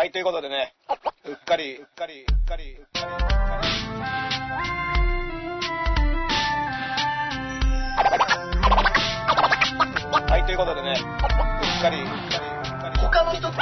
はいということでね、うっかりはいということでね、うっかり他の人と被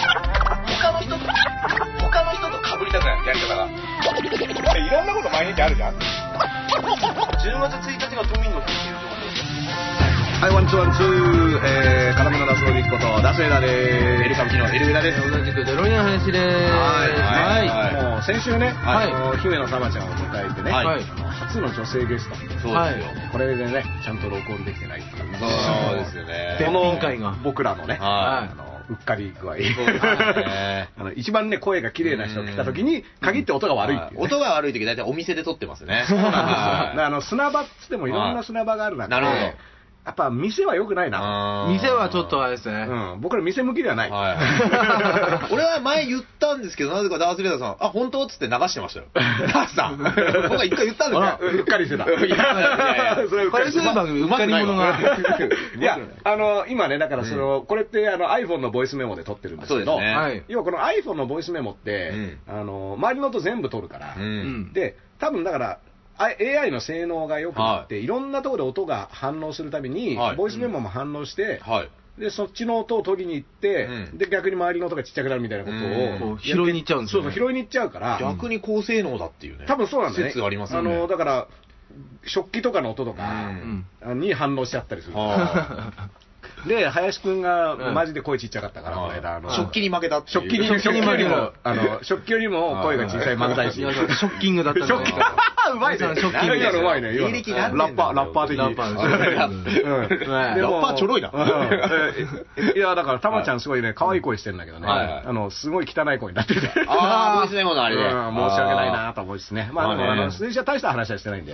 りたくないやり方がいろんなこと毎日あるじゃん。 10月1日が都民の日っていう情報です。 はい、ワンツーワンツー、金物ラスロディッコとダスエダでーす。 エリカムキのエルウダです。 同じくデロリアン林でーす。 はい。もう先週ね、 はい姫野さまちゃんを迎えてね、 はい初の女性ゲスト。 そうですよ。 これでね、ちゃんと録音できてないっていう。 そうですよね。 べっぴん会が僕らのね、 はうっかり具合。 そうですね一番ね、声が綺麗な人が来た時に、限って音が悪いっていうね。 音が悪い時大体お店で撮ってますね。 そうなんですよ。砂場っつってもいろんな砂場がある中で、 なるほどやっぱ店は良くないな。 店はちょっとあれですね。 僕ら店向きではない。 はい。俺は前言ったんですけど、なぜかダースレーダーさん、あ、本当っつって流してましたよ。ダースさん。僕は一回言ったんですよ。 うっかりしてた。 いやそれうっかりこれそういう番組、うっかり者が。 いや、今ね、だからこれって iPhone のボイスメモで撮ってるんですけど、 そうですねはい。 要はこの iPhone のボイスメモって、周りの音全部撮るから、で、多分だから、AI の性能が良くなって、いろんなところで音が反応するたびに、ボイスメモも反応して、で、そっちの音を取りに行って、で、逆に周りの音がちっちゃくなるみたいなことを拾いに行っちゃうんですよね。 そう、拾いに行っちゃうから、 逆に高性能だっていうね。 多分そうなんだよね。 説ありますよね。 だから、食器とかの音とかに反応しちゃったりする。で、林くんがマジで声ちっちゃかったから、この間、 食器に負けたっていう。 食器よりも声が小さい漫才師。 ショッキングだったね。 うまいね。 ショッキング。 うまいね。 芸歴何ラッパー的に。 ラッパーちょろいな。 いや、だから、たまちゃんすごいね、可愛い声してるんだけどね、すごい汚い声になってて。 ああ、ボイスメモのあれで。 申し訳ないなと思いですね。まあ、でも、数字は大した話はしてないんで。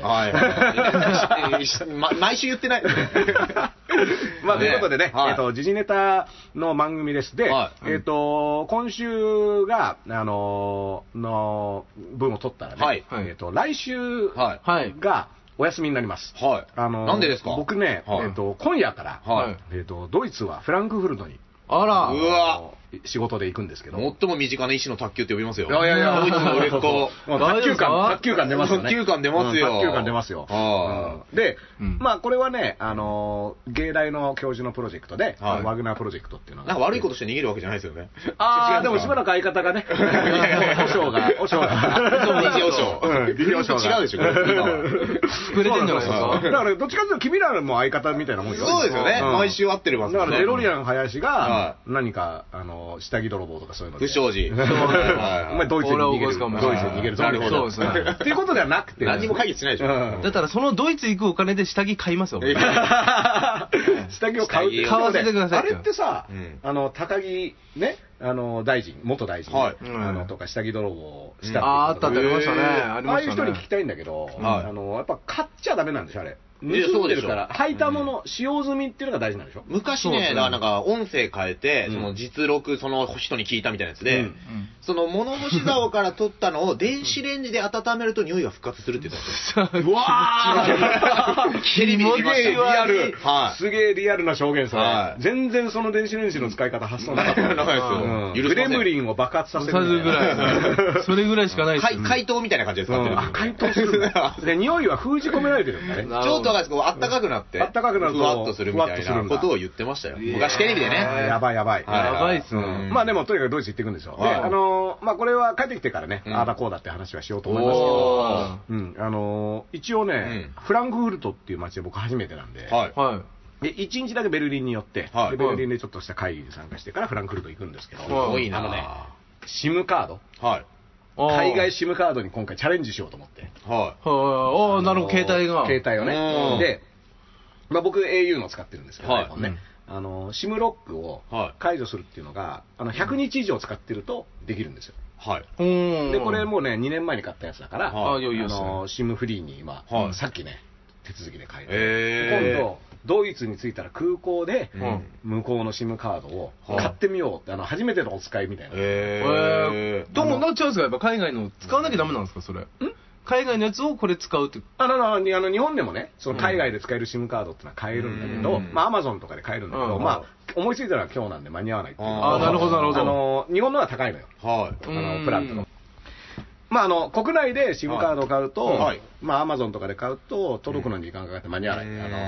毎週言ってない。 まあ、ということでね、時事ネタの番組です。で、今週が、分を取ったらね、来週がお休みになります。 なんでですか？ 僕ね、今夜から、ドイツはフランクフルトに、 あら、 うわ、 仕事で行くんですけど、 最も身近な医師の卓球って呼びますよ。 いや、 ドイツの売れっ子。 卓球感出ますよね。 卓球感出ますよ。 卓球感出ますよ。で、まあこれはね、芸大の教授のプロジェクトで、ワグナープロジェクトっていうのが。 なんか悪いことして逃げるわけじゃないですよね。 でもしばらく相方がね、和尚が。 違うでしょ、これ。 くれてんじゃないですか。 だからどっちかというと君らも相方みたいなもんよ。 そうですよね。毎週会ってるますだからデロリアン林が、何か、下着泥棒とかそういうので。 不祥事。 お前ドイツに逃げる。ドイツに逃げるぞ。 なるほど。 っていうことではなくて。 何にも解決しないでしょ。 だったらそのドイツ行くお金で下着買いますよ。 下着を買わせてください。 あれってさ、高木ね、大臣、元大臣とか下着泥棒した。 あったってありましたね。 ああいう人に聞きたいんだけど、やっぱ買っちゃダメなんでしょ、あれ。盗んでるから、履いたもの、使用済みっていうのが大事なんでしょ。 昔ね、だからなんか音声変えて、その実録、その人に聞いたみたいなやつで、その物干し竿から取ったのを電子レンジで温めると匂いが復活するって言ったんですよ。 うわーテレビで見ました。 リアル。すげえリアルな証言さ。全然その電子レンジの使い方発想なかった。 なかったですよ。 グレムリンを爆発させる。 ぐらい。それぐらいしかないです。 解凍みたいな感じで使ってる。 解凍する。で、匂いは封じ込められてるんだね。 ちょっとあったかくなって、 あったかくなるとふわっとするみたいなことを言ってましたよ。昔テレビでね。 やばい。 やばいっすね。 まあでもとにかくドイツ行っていくんですよ。で、まあこれは帰ってきてからね、ああだこうだって話はしようと思いますけど、一応ね、フランクフルトっていう街で僕初めてなんで、で、1日だけベルリンに寄って、ベルリンでちょっとした会議に参加してからフランクフルト行くんですけど、 多いな。 SIM カード。海外 SIM カードに今回チャレンジしようと思って。 なるほど、携帯をね。で、まあ僕 au の使ってるんですけど、ね、SIM ロックを解除するっていうのが、100日以上使ってるとできるんですよ。で、これもうね、2年前に買ったやつだから、SIM フリーに今、さっきね、手続きで変えて、今度、ドイツに着いたら空港で、向こうの SIM カードを買ってみようって、初めてのお使いみたいな。 どうもなっちゃうんですか？やっぱ海外の使わなきゃダメなんですか、それ。 海外のやつをこれ使うって。 日本でもね、その海外で使える SIM カードってのは買えるんだけど、まあ、Amazon とかで買えるんだけど、まあ、思いついたのは今日なんで間に合わないっていう。 ああ、なるほど、なるほど。 日本のは高いのよ。はい。プランとか。まあ、国内で SIM カードを買うと、まあ、Amazon とかで買うと、届くのに時間かかって間に合わない。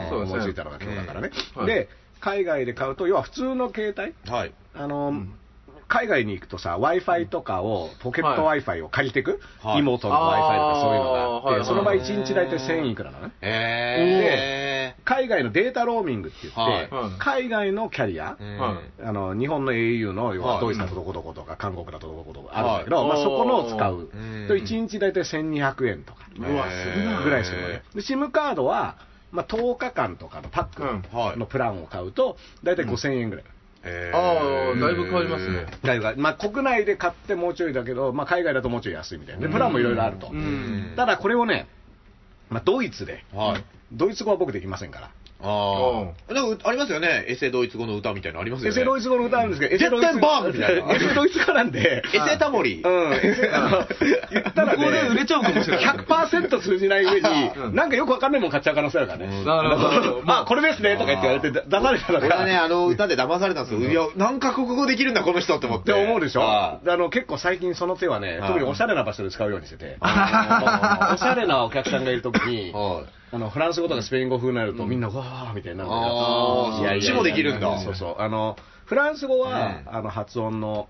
思いついたのが今日だからね。で、海外で買うと、要は普通の携帯。はい。海外に行くとさ、Wi-Fi とかを、ポケット Wi-Fi を借りてく、妹の Wi-Fi とかそういうのがあって、その場合1日大体1000いくらなのね。で、海外のデータローミングって言って、海外のキャリア、日本の au の、要はドイツだとどこどことか、韓国だとどこどこあるんだけど、まあそこのを使うと1日大体1200円とか、ぐらいするのね。で、SIM カードは、まあ10日間とかのパックのプランを買うと、大体5000円ぐらい。 ああ、だいぶ変わりますね。 だいぶ、まあ国内で買ってもうちょいだけど、まあ海外だともうちょい安いみたいな。で、プランもいろいろあると。ただこれをね、まあドイツで、ドイツ語は僕できませんから。 ああ。なんかありますよね。エセドイツ語の歌みたいなのありますよね。 エセドイツ語の歌なんですけど、 エセドイツバーンみたいな。 エセドイツ語なんで。 エセタモリ。 言ったらね、 ここで売れちゃうかもしれない。 100% 通じない上に、なんかよくわかんないもん買っちゃう可能性あるからね。 なるほど。 まあこれですねとか言って言われて騙されたのか。 俺はね、あの歌で騙されたんですよ。いや、何カ国語できるんだこの人って思って。 って思うでしょ。結構最近その手はね、特におしゃれな場所で使うようにしてて。おしゃれなお客さんがいるときに、フランス語とかスペイン語風になるとみんなわーみたいになるんだよ。 そっちもできるんだ。 そうそう。フランス語は発音の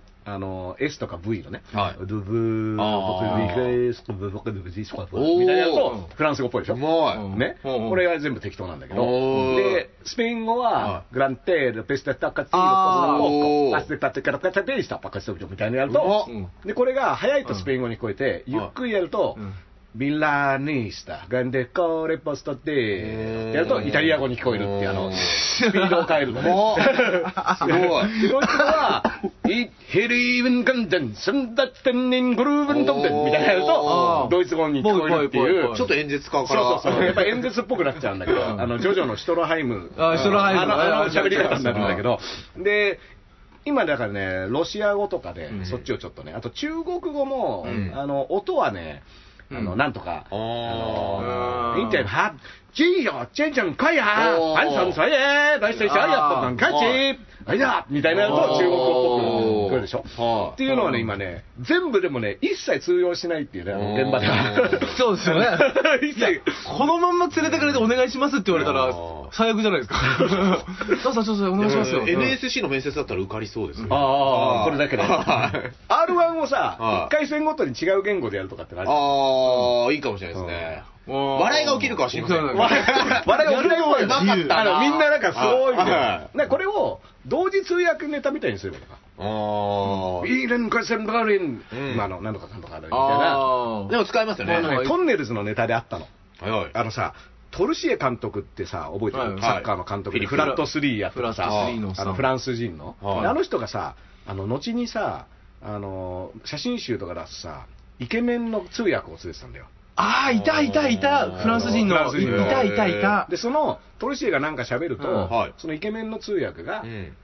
S とか V のね、ドゥブー、僕ビクス、僕ビクス、みたいなやるとフランス語っぽいでしょ。ね。これは全部適当なんだけど。で、スペイン語はグランテール、ペスタタカティーロ、パステタテカラカタペイスタパカストビみたいなやると、で、これが早いとスペイン語に聞こえて、ゆっくりやると、ビラニスタ、ガンデコレポストでやるとイタリア語に聞こえるってスピードを変えるのね。すごい。ドイツ語は、ヘリーブンガンデン、スンダッテンニングルーブンドンデンみたいなやると、ドイツ語に聞こえるっていう。 ちょっと演説使うから。 そう。やっぱ演説っぽくなっちゃうんだけど、ジョジョのシュトロハイム。喋り方になるんだけど、で、今だからね、ロシア語とかで、そっちをちょっとね、あと中国語も、音はね、なんとか、インタビュー、は、ジーヨ、チェンチャン、カイヤー、アンサンサイエー、大体シャイヤットなんかち、あいやみたいなのと中国語っぽく来るでしょ。っていうのはね、今ね、全部でもね、一切通用しないっていうね、現場で。 そうですよね。一切、このまんま連れてかれてお願いしますって言われたら、最悪じゃないですか。どうぞお願いしますよ。 NSC の面接だったら受かりそうですね。 これだけで。R1 をさ、1回戦ごとに違う言語でやるとかってなる。 いいかもしれないですね。笑いが起きるかは知りません。笑いが起きない方がなかったな。みんななんかそういうみたいな。これを同時通訳ネタみたいにすればいいのか。ビーレンカセンバーリン。なんとかかんとかみたいな。 でも使いますよね。 トンネルズのネタであったの。さ、トルシエ監督ってさ、覚えてる？サッカーの監督でフラット3やってたさ、フランス人の。あの人がさ、後にさ、写真集とか出すさ、イケメンの通訳を連れてたんだよ。 いた。フランス人の。いた。 で、その、トルシエがなんか喋ると、そのイケメンの通訳が、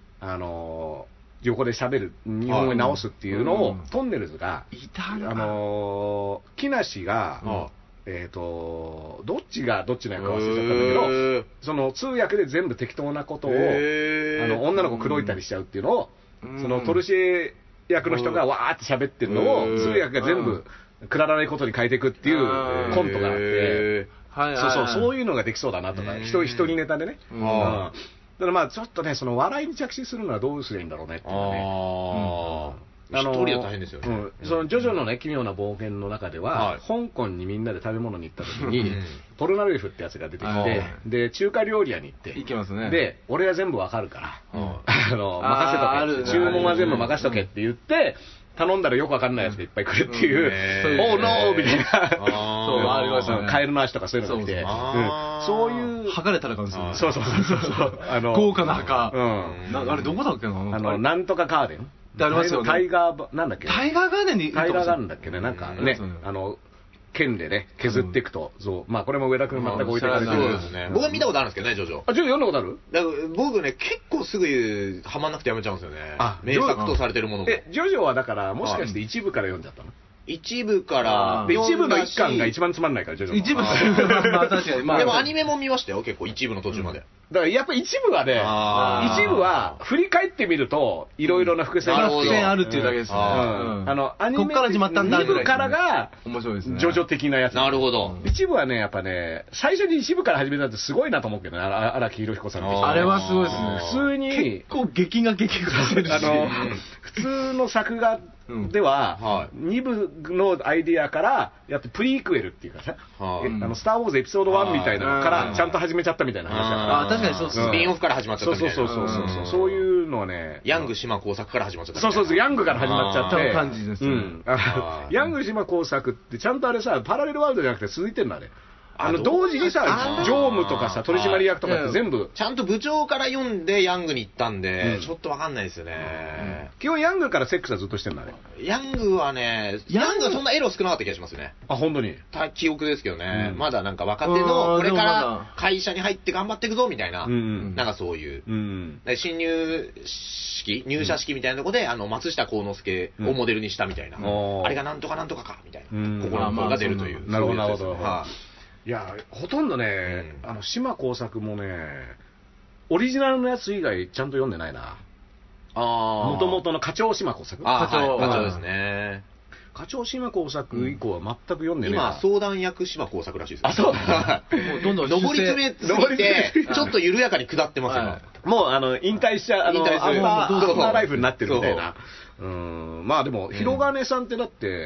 横で喋る、日本語に直すっていうのを、トンネルズが、木梨が、どっちの役か忘れちゃったんだけど、その通訳で全部適当なことを、女の子口説いたりしちゃうっていうのを、そのトルシエ役の人がわーって喋ってるのを、通訳が全部、くだらないことに変えていくっていうコントがあって、そういうのができそうだなとか、一人ネタでね。だからまあちょっとね、その笑いに着地するのはどうすればいいんだろうねっていうね。 一人は大変ですよね。 そのジョジョのね、奇妙な冒険の中では、香港にみんなで食べ物に行った時に、ポルナレフってやつが出てきて、で、中華料理屋に行って、で、俺は全部わかるから、任せとけ。注文は全部任せとけって言って、頼んだらよくわかんないやつがいっぱい来るっていう、おーノーみたいな、ありますよね。カエルの足とかそういうのが来て、そういう。 剥かれたら感じする。 そう。 豪華な墓。あれどこだっけななんとかガーデン。 ありますよね。 タイガー、なんだっけタイガーガーデンにタイガーガーデンだっけね、なんかね、剣でね、削っていくと、まあこれも上田君全く置いてかれてる。 僕は見たことあるんですけどね、ジョジョ。 ジョジョ読んだことある？ 僕ね、結構すぐハマんなくてやめちゃうんですよね。名作とされてるものも。 ジョジョはだから、もしかして一部から読んじゃったの？ 一部から一部の一巻が一番つまんないから、ジョジョの。 一部、まあ確かに。 でもアニメも見ましたよ、結構一部の途中まで。 だからやっぱ一部はね、一部は振り返ってみると、いろいろな伏線があるっていうだけですね。 アニメこっから始まったんだ。 2部からが、 面白いですね。 ジョジョ的なやつ。 なるほど。 一部はね、やっぱね、最初に一部から始めたってすごいなと思うけどね、荒木宏彦さんの。 あれはすごいですね。 普通に、 結構劇画してるし。 普通の作画では、2部のアイディアからやってプリークエルっていうかさ、スター・ウォーズエピソード1みたいなのからちゃんと始めちゃったみたいな話だから。 確かにそうですね。 スピンオフから始まっちゃったみたいな。 そういうのはね、 ヤング島工作から始まっちゃった。 そう、ヤングから始まっちゃって。 感じですね。 ヤング島工作ってちゃんとあれさ、パラレルワールドじゃなくて続いてるんだね。同時にさ、常務とかさ、取締役とかって全部。 ちゃんと部長から読んでヤングに行ったんで、ちょっとわかんないですよね。 基本ヤングからセックスはずっとしてんだね。 ヤングはね、ヤングはそんなエロ少なかった気がしますね。 あ、本当に記憶ですけどね。まだなんか若手の、これから会社に入って頑張っていくぞみたいな、なんかそういう。新入社式みたいなとこで、松下幸之助をモデルにしたみたいな。あれがなんとかなんとかか、みたいな。心の声が出るという。 なるほど、なるほど。いや、ほとんどね、島耕作もね、オリジナルのやつ以外ちゃんと読んでないな。もともとの課長島耕作。 課長ですね。 課長島耕作以降は全く読んでない。 今、相談役島耕作らしいです。 あ、そう。 もうどんどん上り詰めすぎて、ちょっと緩やかに下ってますよ。 もう、引退しちゃう、アフターライフになってるみたいな。まあでも、広金さんってだって、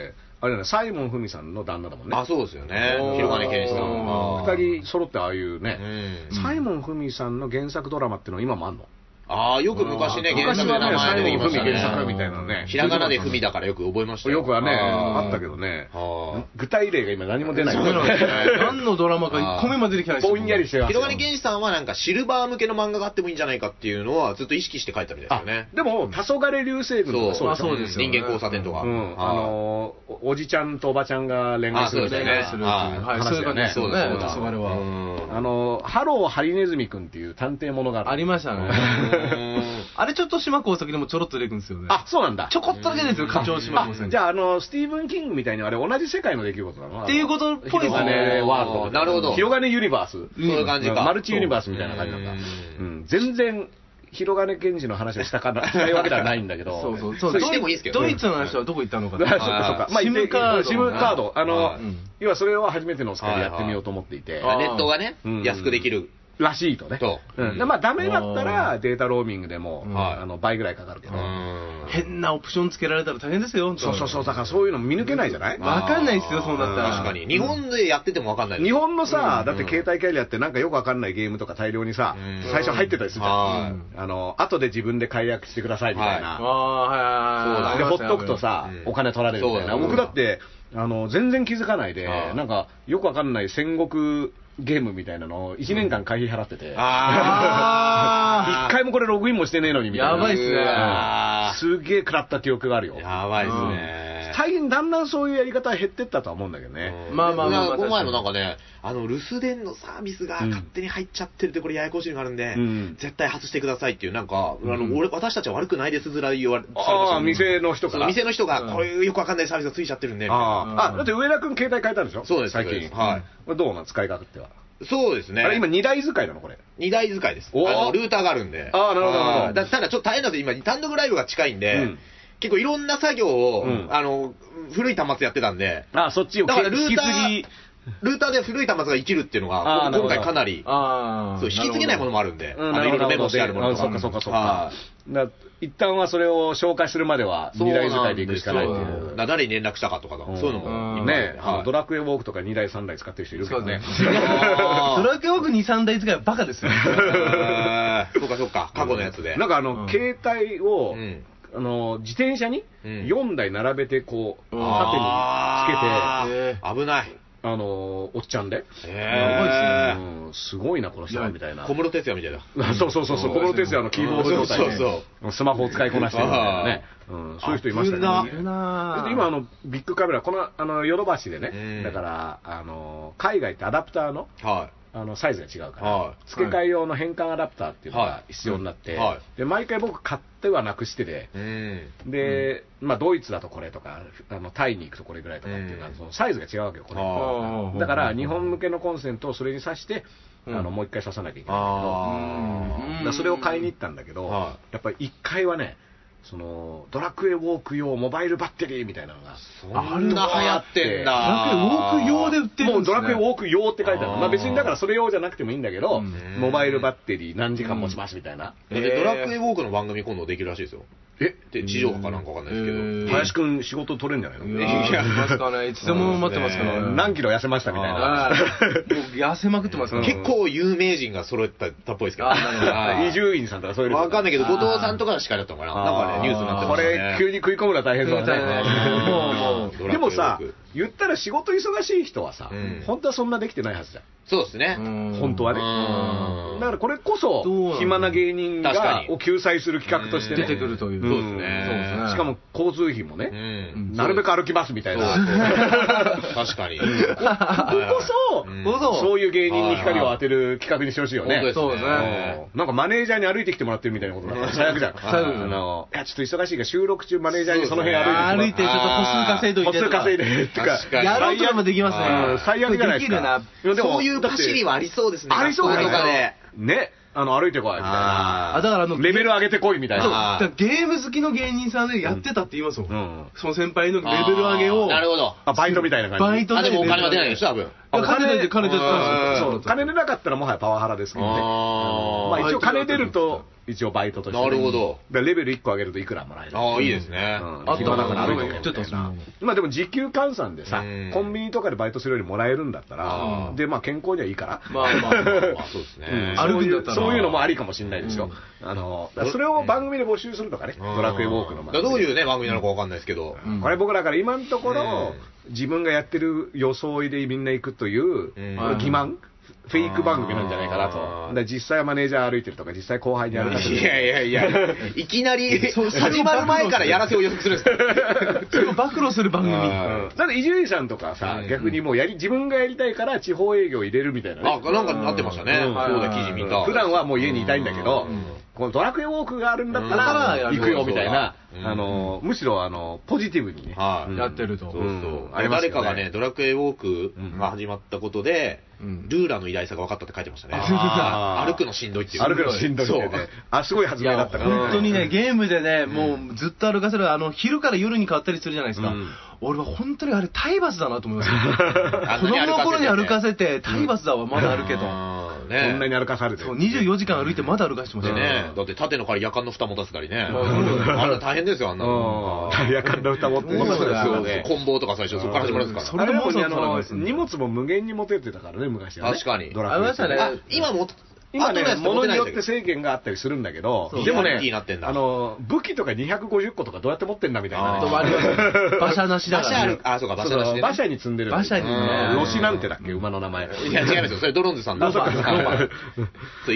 あれね、サイモン・フミさんの旦那だもんね。 あ、そうですよね。広金健一さん。 二人揃ってああいうね、サイモン・フミさんの原作ドラマってのは今もあんの？ ああ、よく昔ね、 原作の名前で今原作みたいなね。 ひらがなでふみだからよく覚えましたよ。 よくはね、あったけどね。具体例が今何も出ない。 何のドラマか1個目まで出てきない。 ぼんやりしてます。 広金健一さんはなんかシルバー向けの漫画があってもいいんじゃないかっていうのはずっと意識して書いたみたいですよね。 でも、黄昏流星群とかそうですよ。 人間交差点とか。 おじちゃんとおばちゃんが恋愛するみたいな話だよね。 そうです、黄昏は。 ハローハリネズミくんっていう探偵ものがありましたね。あれちょっと島耕作でもちょろっと出てくるんですよね。 あ、そうなんだ。 ちょこっとだけですよ、課長島耕作。 じゃあ、スティーブン・キングみたいにあれ同じ世界の出来事なのっていうことっぽいですね。 広金ワールド。 なるほど。 広金ユニバース。そういう感じか。 マルチユニバースみたいな感じなんだ。全然、広金健二の話をしたいわけではないんだけど。 そう。してもいいですけど。 ドイツの話はどこ行ったのか。 そうか。 シムカード。 要はそれを初めてのお使いでやってみようと思っていて。 ネットがね、安くできる。 らしいとね。まあダメだったらデータローミングでも倍ぐらいかかるけど。 変なオプションつけられたら大変ですよ。 そう。だからそういうの見抜けないじゃない？ わかんないですよ、そうなったら。 確かに。日本でやっててもわかんない。 日本のさ、だって携帯キャリアってなんかよくわかんないゲームとか大量にさ、最初入ってたりするじゃん。後で自分で解約してくださいみたいな。で、ほっとくとさ、お金取られるみたいな。僕だって、全然気づかないで、なんかよくわかんない戦国ゲームみたいなのを1年間会費払ってて、一回もこれログインもしてねえのにみたいな。 やばいっすね。 すげえ食らった記憶があるよ。 やばいっすね。 最近だんだんそういうやり方は減ってったとは思うんだけどね。 まあ。この前もなんかね、留守電のサービスが勝手に入っちゃってるってこれややこしいのがあるんで、絶対外してくださいっていう、なんか、私たちは悪くないですずら言われてました。 店の人から。 店の人がこういうよくわかんないサービスがついちゃってるんで。 だって上田君携帯変えたんでしょ？ そうです、 最近。はい。これどうなの使い勝手は。 そうですね。 あれ今2台使いなのこれ。 2台使いです。ルーターがあるんで。 なるほど。 ただちょっと大変なんですよ。今、単独ライブが近いんで、結構いろんな作業を、古い端末やってたんで。 そっちをだからルーターで古い端末が生きるっていうのが、今回かなり、引き継げないものもあるんで、いろいろメモしてあるものとか。 そうか。一旦はそれを紹介するまでは2台使いでいくしかないっていう。 誰に連絡したかとか、そういうのも。 ね、ドラクエウォークとか2台3台使ってる人いるけどね。 ドラクエウォーク2、3台使いはバカですよ。 そうか。過去のやつで。 なんか携帯を、自転車に4台並べてこう、縦につけて、 危ない。 おっちゃんで。すごいな、この人みたいな。 小室哲哉みたいな。 そう。小室哲哉のキーボード状態で、スマホを使いこなしてるみたいなね。そういう人いましたね。今、ビッグカメラ、ヨドバシでね、だから、海外ってアダプターの、 サイズが違うから、付け替え用の変換アダプターっていうのが必要になって、で毎回僕買ってはなくしてで、ドイツだとこれとかタイに行くとこれぐらいとかっていうのはそのサイズが違うわけよ、これ。だから日本向けのコンセントをそれに挿してもう一回挿さなきゃいけないんだけど、それを買いに行ったんだけど、やっぱり1回はね、ドラクエウォーク用モバイルバッテリーみたいなのがそんな流行ってんだ。 ドラクエウォーク用で売ってるんですね。 もうドラクエウォーク用って書いてある。別にだからそれ用じゃなくてもいいんだけど、モバイルバッテリー何時間持ちますみたいな。 ドラクエウォークの番組今度できるらしいですよ。地上波かなんかわかんないですけど、 林くん仕事取れるんじゃないの？ いや、ますかね。いつでも待ってますから。 何キロ痩せましたみたいな。 痩せまくってますから。 結構有名人が揃えたっぽいですけど。 伊集院さんとかそういうの。 わかんないけど、後藤さんとかが司会だったのかな。なんかね、ニュースになってましたね。 これ、急に食い込むのは大変そうだね。でもさ、言ったら仕事忙しい人はさ、本当はそんなできてないはずだよ。 そうですね。 本当はね。だからこれこそ、暇な芸人を救済する企画として出てくるという。 そうですね。 しかも交通費もね、なるべく歩きますみたいな。 確かに。 ここそ、そういう芸人に光を当てる企画にしてほしいよね。 そうですね。 なんかマネージャーに歩いてきてもらってるみたいなことだから最悪じゃん。いや、ちょっと忙しいから収録中マネージャーにその辺歩いてちょっと歩数稼いどいて。 歩数稼いで。 やろうとでもできますね。 最悪じゃないですか。 そういう走りはありそうですね。 ありそうだね。 ね。歩いてこいみたいな。 だからレベル上げてこいみたいな。 ゲーム好きの芸人さんでやってたって言いますもん。その先輩のレベル上げを。 なるほど。 バイトみたいな感じ。 バイトで。 でもお金は出ないでしょ、多分。 金出たんですよ。金出なかったらもはやパワハラですけどね。一応金出ると、一応バイトとして。 なるほど。 レベル1個上げるといくらもらえる。 ああ、いいですね。 暇だから歩いてこいみたいな。まあでも時給換算でさ、コンビニとかでバイトするよりもらえるんだったら、で、まあ健康にはいいから。 まあそうですね。 歩くんだったら。そういうのもありかもしれないですよ。それを番組で募集するとかね、ドラクエウォークの番組。 どういうね、番組なのかわかんないですけど。 これ僕らから今のところ、自分がやってる装いでみんな行くという欺瞞フェイク番組なんじゃないかなと。実際はマネージャー歩いてるとか、実際後輩に歩かせる。 いや、いきなり始まる前からやらせを予測するんですか？ それを暴露する番組。 だって伊集院さんとかさ、逆にもう自分がやりたいから地方営業入れるみたいなね。 なんかなってましたね。そうだ、記事見た。 普段はもう家にいたいんだけど、このドラクエウォークがあるんだったら行くよみたいな、むしろポジティブにね、 やってると。 誰かがね、ドラクエウォークが始まったことで、ルーラの偉大さが分かったって書いてましたね。歩くのしんどいっていう。 歩くのしんどいってね。すごい発明だったから。 本当にね、ゲームでね、もうずっと歩かせる、昼から夜に変わったりするじゃないですか。俺は本当にあれ体罰だなと思います。子供の頃に歩かせて体罰だわ、まだ歩けと。 こんなに歩かされて。 24時間歩いてまだ歩かしてましたね。だって縦の代わり夜間の蓋持たせたりね。あれ大変ですよ、あんなの。 夜間の蓋持たせて。棍棒とか最初そこから始まるんですから。 それでも荷物も無限に持ててたからね、昔は。 確かに。 ありましたね。 今ね、物によって制限があったりするんだけど、でもね、武器とか250個とかどうやって持ってんだみたいなね。 馬車なしだから。 あ、そうか、馬車なし。 馬車に積んでる。 馬車に。 ロシなんてだっけ、馬の名前。 いや、違いますよ。それドロンズさんだ。そう、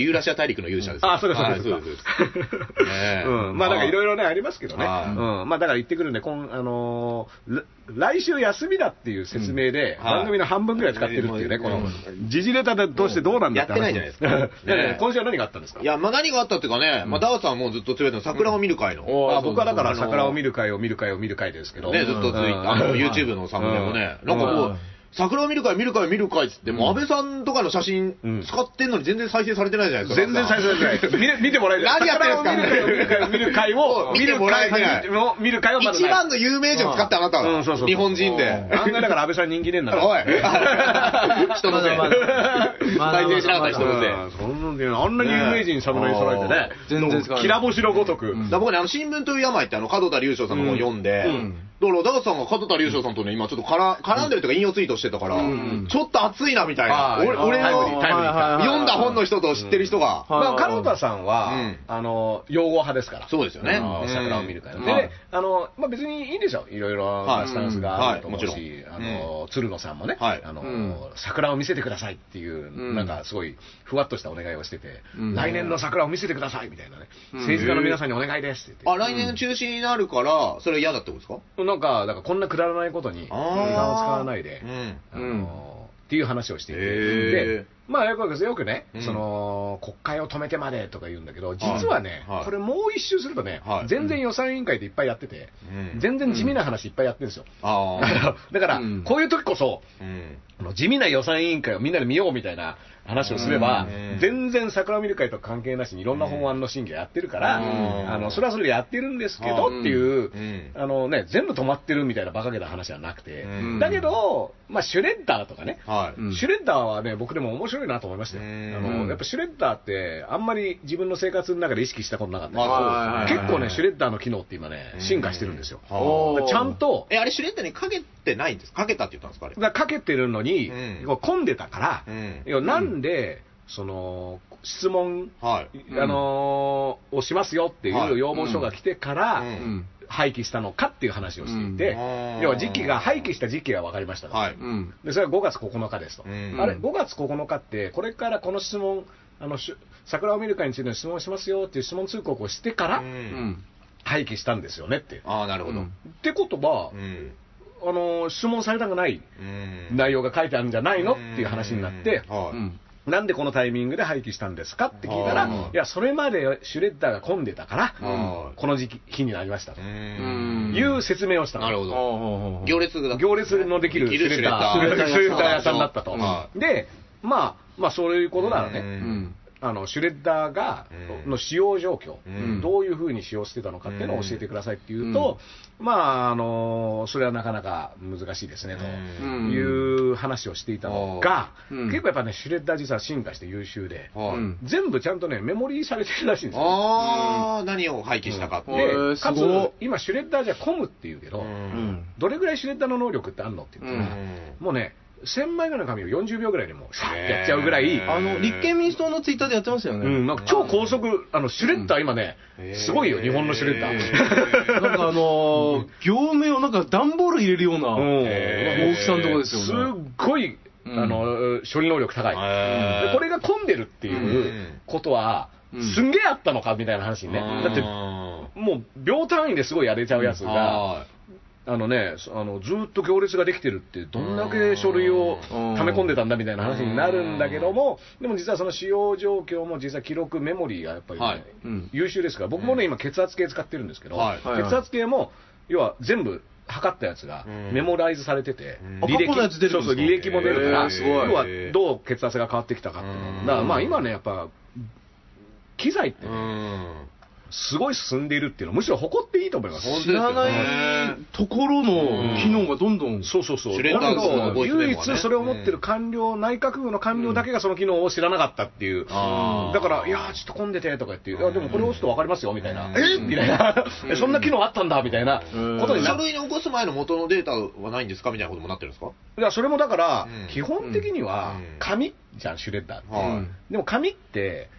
ユーラシア大陸の勇者です。 あ、そうです、そうです。まあ、だからいろいろね、ありますけどね。まあ、だから言ってくるんで、来週休みだっていう説明で、番組の半分ぐらい使ってるっていうね、この、時事ネタでどうしてどうなんだってやってないじゃないですか。 今週は何があったんですか？ いや、まあ何があったっていうかね、まあダーさんもずっとつぶやいてる桜を見る会の。 僕はだから桜を見る会ですけど。 ね、ずっと続いて、YouTube のサムネもね、なんかもう、桜を見る会っつって、もう安倍さんとかの写真使ってんのに全然再生されてないじゃないですか。 全然再生されてない。見てもらえない。 何やってるんですか？ 見る会を見てもらえない。 見る会を一番の有名人を使ってあなたは。日本人で。 案外だから安倍さん人気ねえんだから。 おい。人のせい。再生しなかった人のせい。 あんなに有名人侍に揃えてね。 全然きら星のごとく。 僕ね、新聞という病って門田隆翔さんの本を読んで、だからダーさんが門田隆翔さんとね、今ちょっと絡んでるというか引用ツイートしてたから、ちょっと熱いなみたいな。俺の読んだ本の人と知ってる人が。 まあ、門田さんは、擁護派ですから。 そうですよね。 桜を見るから。で、まあ別にいいんでしょ。いろいろスタンスがあると思うし、鶴野さんもね、桜を見せてくださいっていう、なんかすごいふわっとしたお願いをしてて、来年の桜を見せてくださいみたいなね。政治家の皆さんにお願いですって言って。 来年中止になるから、それ嫌だってことですか？ なんか、だからこんなくだらないことに時間を使わないで、っていう話をしていて、で、 まあよくね、その国会を止めてまでとか言うんだけど、実はね、これもう一周するとね、全然予算委員会でいっぱいやってて、全然地味な話いっぱいやってるんですよ。だから、こういう時こそ、地味な予算委員会をみんなで見ようみたいな話をすれば、全然桜を見る会と関係なしにいろんな法案の審議をやってるから、それはそれでやってるんですけどっていう、全部止まってるみたいな馬鹿げた話はなくて、だけど、まあ、シュレッダーとかね、シュレッダーはね、僕でも面白いなと思いましたよ。やっぱシュレッダーって、あんまり自分の生活の中で意識したことなかったけど、結構ね、シュレッダーの機能って今ね、進化してるんですよ。ちゃんと、 あれシュレッダーにかけてないんですか？かけたって言ったんですか？あれ。 かけてるのに、混んでたから、なんで、その質問、をしますよっていう要望書が来てから、廃棄したのかっていう話をしていて、要は廃棄した時期が分かりましたと。でそれは5月9日ですと。あれ、5月9日って、これからこの質問、桜を見る会についての質問しますよっていう質問通告をしてから、廃棄したんですよねって。 なるほど。 ってことは、質問されたくない内容が書いてあるんじゃないのっていう話になって、なんでこのタイミングで廃棄したんですかって聞いたら、いや、それまでシュレッダーが混んでたから、この日になりましたという説明をした。 なるほど。行列のできるシュレッダー屋さんだったと。で、まあ、そういうことならね、シュレッダーがの使用状況、どういうふうに使用してたのかっていうのを教えてくださいっていうと、まあそれはなかなか難しいですねという話をしていたのが、結構やっぱね、シュレッダー実は進化して優秀で、全部ちゃんとねメモリーされてるらしいんですよ。 何を廃棄したかって。 でかつ今シュレッダーじゃコムっていうけど、どれぐらいシュレッダーの能力ってあるのって言ったら、もうね、1000枚ぐらいの紙を40秒ぐらいでもうシャーってやっちゃうぐらい、 立憲民主党のツイッターでやってますよね。 なんか超高速、シュレッダー今ね、すごいよ、日本のシュレッダー。 なんか業務用なんか段ボール入れるような大きさのところですよね。 すっごい、処理能力高い。でこれが混んでるっていうことは、すんげえあったのかみたいな話にね。だって、もう秒単位ですごいやれちゃうやつが、ずっと行列ができてるってどんだけ書類を溜め込んでたんだみたいな話になるんだけども、でも実はその使用状況も実は記録メモリーがやっぱり、優秀ですから、僕もね今血圧計使ってるんですけど、血圧計も要は全部測ったやつがメモライズされてて、履歴も出るから、要はどう血圧が変わってきたかっていうの。だからまあ今ね、やっぱ機材ってね、すごい進んでいるっていうのはむしろ誇っていいと思います。 知らないところの機能がどんどん。 そう。だけど唯一それを持ってる官僚、内閣府の官僚だけがその機能を知らなかったっていう。だからいやちょっと混んでてとか言って、いやでもこれ押すと分かりますよみたいな、みたいな、そんな機能あったんだみたいなことになる。 書類に起こす前の元のデータはないんですかみたいなこともなってるんですか？ いやそれもだから基本的には紙じゃん、シュレッダーって。でも紙って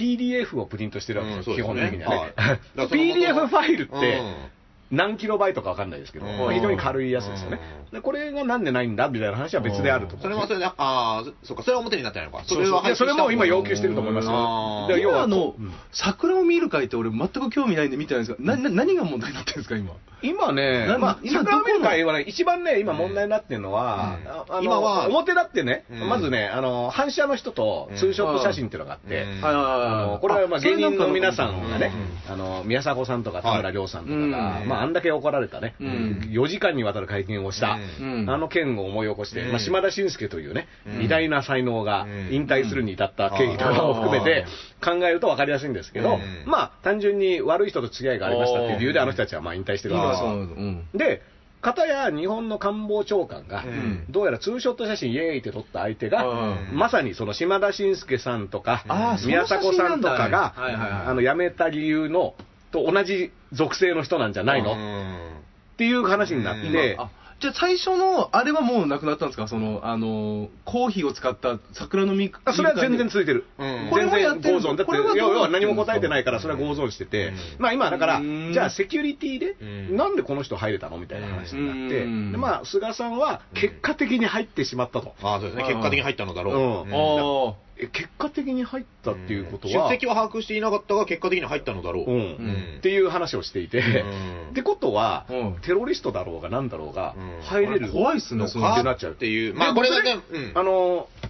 PDF をプリントしてるわけですよ、基本的にはね。PDF ファイルって何キロバイトか分かんないですけど、非常に軽いやつですよね。でこれがなんでないんだみたいな話は別であると思う。 それはそれで、そうか、それは表になってないのか。 それも今要求してると思いますよ。 今桜を見る会って俺全く興味ないんで見てないんですが、何が問題になってるんですか今。 今ね、桜を見る会はね、一番ね、今問題になってるのは、今は表だってね、まずね、反射の人とツーショット写真っていうのがあって、これは芸人の皆さんがね、宮迫さんとか田村亮さんとかが、あんだけ怒られたね、4時間にわたる会見をした、件を思い起こして、島田紳介というね、偉大な才能が引退するに至った経緯とかを含めて考えると分かりやすいんですけど、単純に悪い人と付き合いがありましたっていう理由であの人たちは引退してるわけです。で、片や日本の官房長官が、どうやらツーショット写真イエーイって撮った相手が、まさにその島田紳介さんとか、宮迫さんとかが、辞めた理由の、と同じ属性の人なんじゃないのっていう話になって、 じゃあ最初のあれはもうなくなったんですか？そのコーヒーを使った桜の実。 それは全然続いてる。全然合存。だって要は何も答えてないからそれは合存してて、今だからじゃあセキュリティでなんでこの人入れたのみたいな話になって、菅さんは結果的に入ってしまったと。 そうですね。結果的に入ったのだろう。 結果的に入ったっていうことは、 出席は把握していなかったが結果的に入ったのだろうっていう話をしていて、ってことはテロリストだろうがなんだろうが入れる怖いっすね、 ってなっちゃうっていう。 これがね、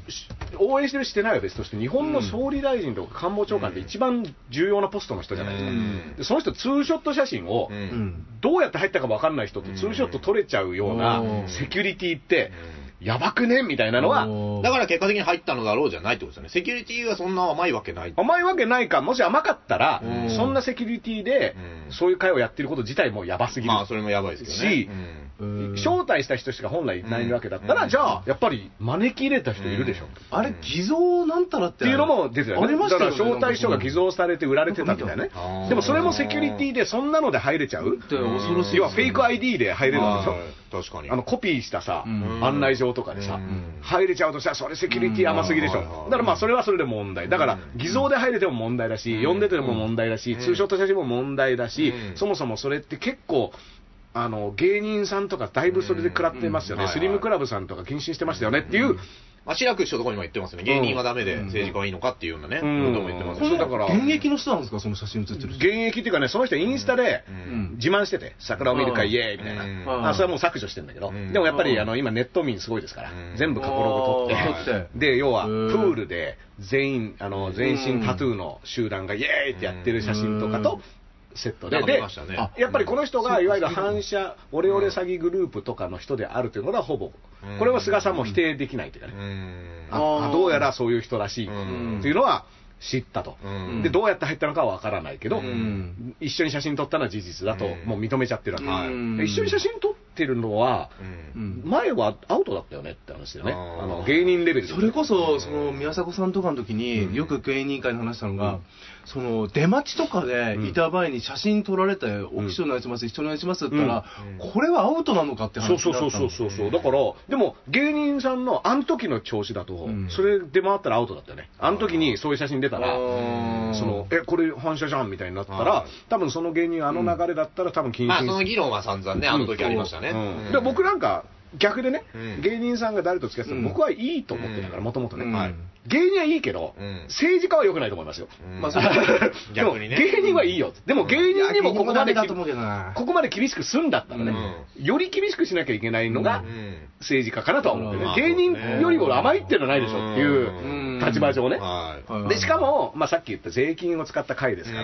応援してるしてないは別として、日本の総理大臣とか官房長官って一番重要なポストの人じゃないですか。でその人、ツーショット写真を、どうやって入ったか分かんない人とツーショット撮れちゃうようなセキュリティって、やばくねみたいなのは、 だから結果的に入ったのだろうじゃないってことですよね。セキュリティはそんな甘いわけない。 甘いわけないか、もし甘かったら、そんなセキュリティで、そういう会をやってること自体もやばすぎる。 まあ、それもやばいですけどね。 し、招待した人しか本来いないわけだったら、じゃあ、やっぱり招き入れた人いるでしょ。 あれ、偽造なんたらっていうのも出てたよね。だから招待書が偽造されて売られてたみたいなね。でもそれもセキュリティでそんなので入れちゃう。 恐ろしい。 要はフェイク ID で入れるんでしょ。 確かに。 コピーしたさ、案内状とかでさ、入れちゃうとしたら、それセキュリティ甘すぎでしょ。だからまあ、それはそれで問題。だから、偽造で入れても問題だし、呼んでても問題だし、ツーショット写真も問題だし、そもそもそれって結構、芸人さんとかだいぶそれで食らってますよね。スリムクラブさんとか禁止してましたよねっていう、 志らく師匠とかにも言ってますよね。芸人はダメで政治家はいいのかっていうようなね、ことも言ってますし。 だから現役の人なんですか、その写真写ってる人。 現役っていうかね、その人インスタで自慢してて、桜を見るかイエーイみたいな。それはもう削除してるんだけど、でもやっぱり今ネット民すごいですから、全部過去ログ撮って、で、要はプールで全身タトゥーの集団がイエーイってやってる写真とかと、セットで、やっぱりこの人がいわゆる反社オレオレ詐欺グループとかの人であるということはほぼ、これは菅さんも否定できないというかね、どうやらそういう人らしいというのは知ったと。で、どうやって入ったのかはわからないけど、一緒に写真撮ったのは事実だともう認めちゃってるわけ。一緒に写真撮ってるのは、前はアウトだったよねって話だよね。芸人レベルで。 それこそ、宮迫さんとかの時によく芸人会で話したのが、出待ちとかでいた場合に写真撮られて、お一緒にお願いします、一緒にお願いしますって言ったら、これはアウトなのかって話だったんですよ。 そう。だから、でも芸人さんのあの時の調子だと、それ出回ったらアウトだったよね。あの時にそういう写真出たら、これ反射じゃんみたいになったら、多分その芸人あの流れだったら多分禁止。 まあその議論は散々ね、あの時ありましたね。 で僕なんか逆でね、芸人さんが誰と付き合っても僕はいいと思ってたから、もともとね。芸人はいいけど、政治家は良くないと思いますよ。逆にね。芸人はいいよ。でも芸人にもここまで厳しくすんだったらね、より厳しくしなきゃいけないのが政治家かなとは思ってね。芸人よりも甘いっていうのはないでしょっていう立場上ね。で、しかも、さっき言った税金を使った回ですから、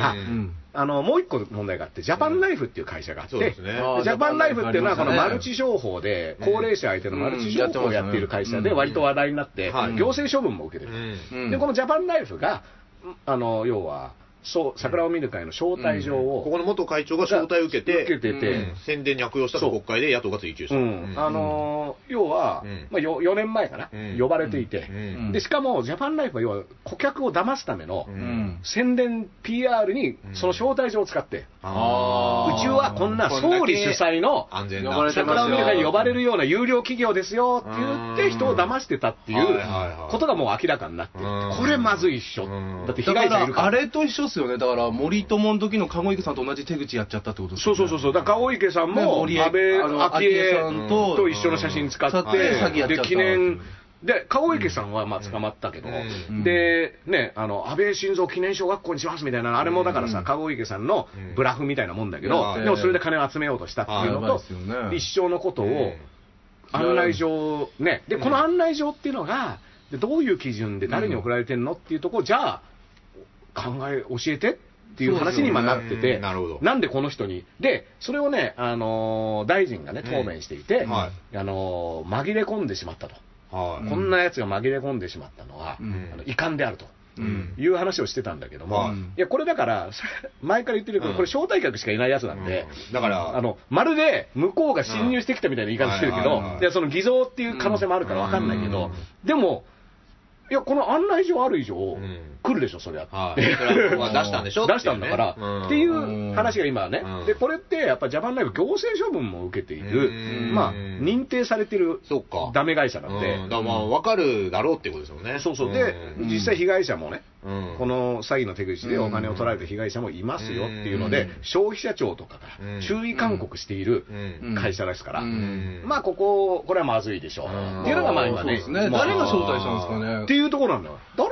もう一個問題があって、ジャパンライフっていう会社があって、ジャパンライフっていうのはこのマルチ商法で、高齢者相手のマルチ商法をやっている会社で割と話題になって、行政処分も受けてる。で、このジャパンライフが、要は、桜を見る会の招待状を、 ここの元会長が招待を受けて宣伝に悪用したと国会で野党が追及した。 要は、4年前かな、呼ばれていて、で、しかもジャパンライフは要は顧客を騙すための宣伝 PR にその招待状を使って、うちはこんな総理主催の桜を見る会に呼ばれるような有料企業ですよって言って人を騙してたっていうことがもう明らかになって、これまずいっしょ。だって被害者いるから。 あれと一緒ですよね。だから森友の時の籠池さんと同じ手口やっちゃったってことですよね。そう。だから籠池さんも安倍昭恵さんと一緒の写真使ってで記念で籠池さんは捕まったけど、でね、安倍晋三記念小学校にしますみたいな、あれもだからさ、籠池さんのブラフみたいなもんだけど、でもそれで金を集めようとしたっていうのと一緒のことを案内状ね、でこの案内状っていうのがどういう基準で誰に送られてんのっていうところ、じゃあ教えてっていう話に今なってて、なんでこの人にで、それをね、大臣がね答弁していて、紛れ込んでしまったと、こんなやつが紛れ込んでしまったのは遺憾であるという話をしてたんだけども、いやこれだから前から言ってるけど、これ招待客しかいないやつなんで、だからまるで向こうが侵入してきたみたいな言い方してるけど、いやその偽造っていう可能性もあるから分かんないけど、でもいやこの案内状ある以上来るでしょ、そりゃ。 出したんでしょ、 出したんだからっていう話が今ね。でこれってやっぱジャパンライフ行政処分も受けている、認定されてるダメ会社なんで、 だから分かるだろうっていうことですよね。 そうで実際被害者もね、この詐欺の手口でお金を取られた被害者もいますよっていうので、消費者庁とかから注意勧告している会社ですから、これはまずいでしょっていうのが今ね、 誰が招待したんですかねっていうところなんだよ。誰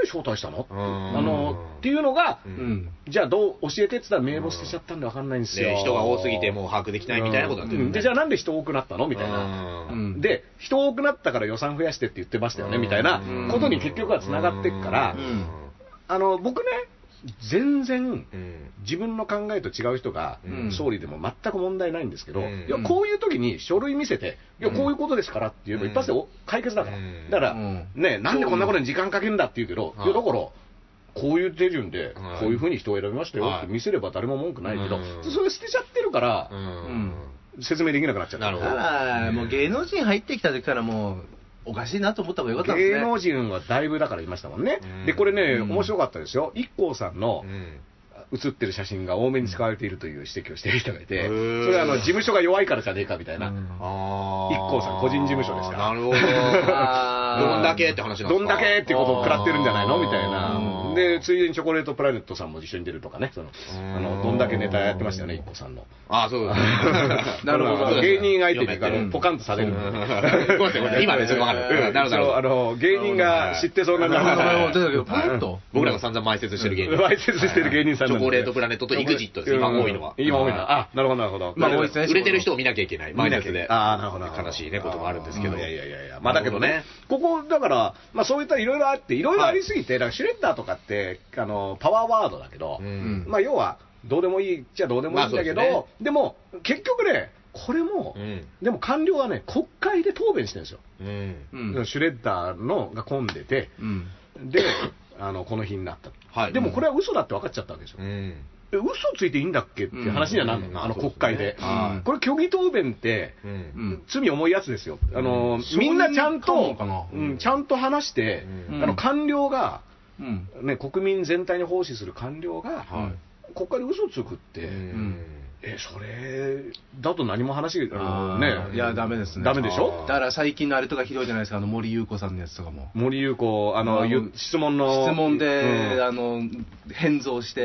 誰招待したのっていうのが、じゃあどう教えてって言ったら名簿捨てちゃったんで分かんないんですよ。 人が多すぎてもう把握できないみたいなことになってる。 で、じゃあなんで人多くなったのみたいな。で、人多くなったから予算増やしてって言ってましたよねみたいなことに結局は繋がっていくから、僕ね、全然自分の考えと違う人が総理でも全く問題ないんですけど、いやこういう時に書類見せて、いやこういうことですからって言えば一発で解決だから。だからね、なんでこんなことに時間かけるんだって言うけど、いやだからこういう手順でこういうふうに人を選びましたよって見せれば誰も文句ないけど、それ捨てちゃってるから説明できなくなっちゃった。 だからもう芸能人入ってきた時からもうおかしいなと思った方がよかったんですね。 芸能人はだいぶだからいましたもんね。でこれね、面白かったですよ。IKKOさんの写ってる写真が多めに使われているという指摘をしている人がいて、それは事務所が弱いからじゃねえかみたいな。IKKOさん個人事務所ですから。 なるほど。どんだけって話なんですか。 どんだけってことを食らってるんじゃないのみたいな。でついでにチョコレートプラネットさんも一緒に出るとかね。どんだけネタやってましたよね、IKKOさんの。 ああそうです。 なるほど。芸人相手にポカンとされる。 ごめんなさい、今ねちょっとわかる。なるほど。 芸人が知ってそうな僕らが散々埋設してる芸人。 埋設してる芸人さん。 チョコレートプラネットと EXIT です。今多いのは。 今多いのは。あ、なるほどなるほど。 売れてる人を見なきゃいけない。埋設で。 ああ、なるほど。 悲しいねこともあるんですけど。 いや。まあだけどね、ここだからまあそういったいろいろあっていろいろありすぎて、だからシュレッダーとかってパワーワードだけど、まあ要はどうでもいいっちゃどうでもいいんだけど、でも結局ね。これも、でも官僚はね、国会で答弁してるんですよ。シュレッダーのが混んでて、で、この日になった。でもこれは嘘だって分かっちゃったわけですよ。嘘ついていいんだっけっていう話にはなるの、国会で。これ、虚偽答弁って、罪重いやつですよ。みんなちゃんと話して、官僚が、国民全体に奉仕する官僚が、国会で嘘つくって、それだと何も話ね、 いやダメですね。 ダメでしょ。 だから最近のあれとかひどいじゃないですか、森裕子さんのやつとかも。 森裕子質問で変造して、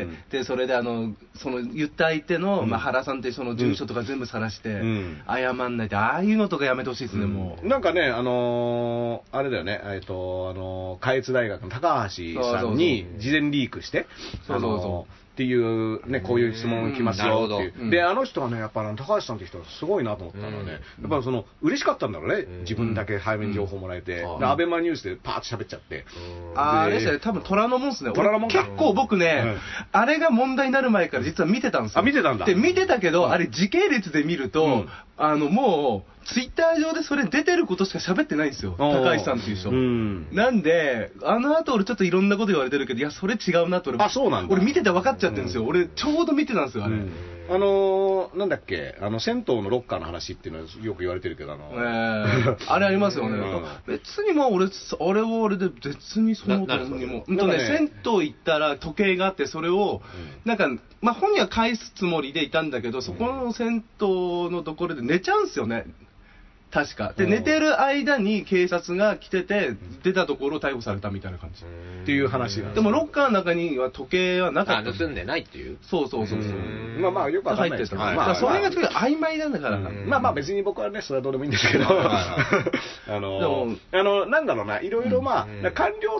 でそれでその言った相手の原さんってその住所とか全部晒して謝んないって、ああいうのとかやめてほしいですね。もうなんかねあれだよね、下越大学の高橋さんに事前リークしてっていうね、こういう質問来ますよっていう。で、あの人はね、やっぱ高橋さんって人はすごいなと思ったのはね、やっぱ嬉しかったんだろうね、自分だけ早めに情報もらえて、アベマニュースでパーッと喋っちゃって。 あれですね、多分虎ノ門っすね。結構僕ね、あれが問題になる前から実は見てたんですよ。 見てたんだ。 で、見てたけど、あれ時系列で見ると、もう、ツイッター上でそれ出てることしか喋ってないんですよ、高橋さんっていう人。なんで、あの後俺ちょっといろんなこと言われてるけど、いや、それ違うなって俺見てて分かっちゃってるんですよ。俺、ちょうど見てたんですよ、あれ。なんだっけ、銭湯のロッカーの話っていうのはよく言われてるけど、 あれありますよね。別にまあ俺、あれはあれで別にその時にも。銭湯行ったら時計があって、それを、なんか、まあ本人は返すつもりでいたんだけど、そこの銭湯のところで寝ちゃうんですよね。確か。で、寝てる間に警察が来てて、出たところを逮捕されたみたいな感じ。 っていう話なんです。 でも、ロッカーの中には時計はなかった。 盗んでないっていう。 そう。 まあ、よくわかんないですけど。それがちょっと曖昧なんだから。 まあ別に僕はね、それはどうでもいいんですけど。なんだろうな、いろいろまあ、官僚って、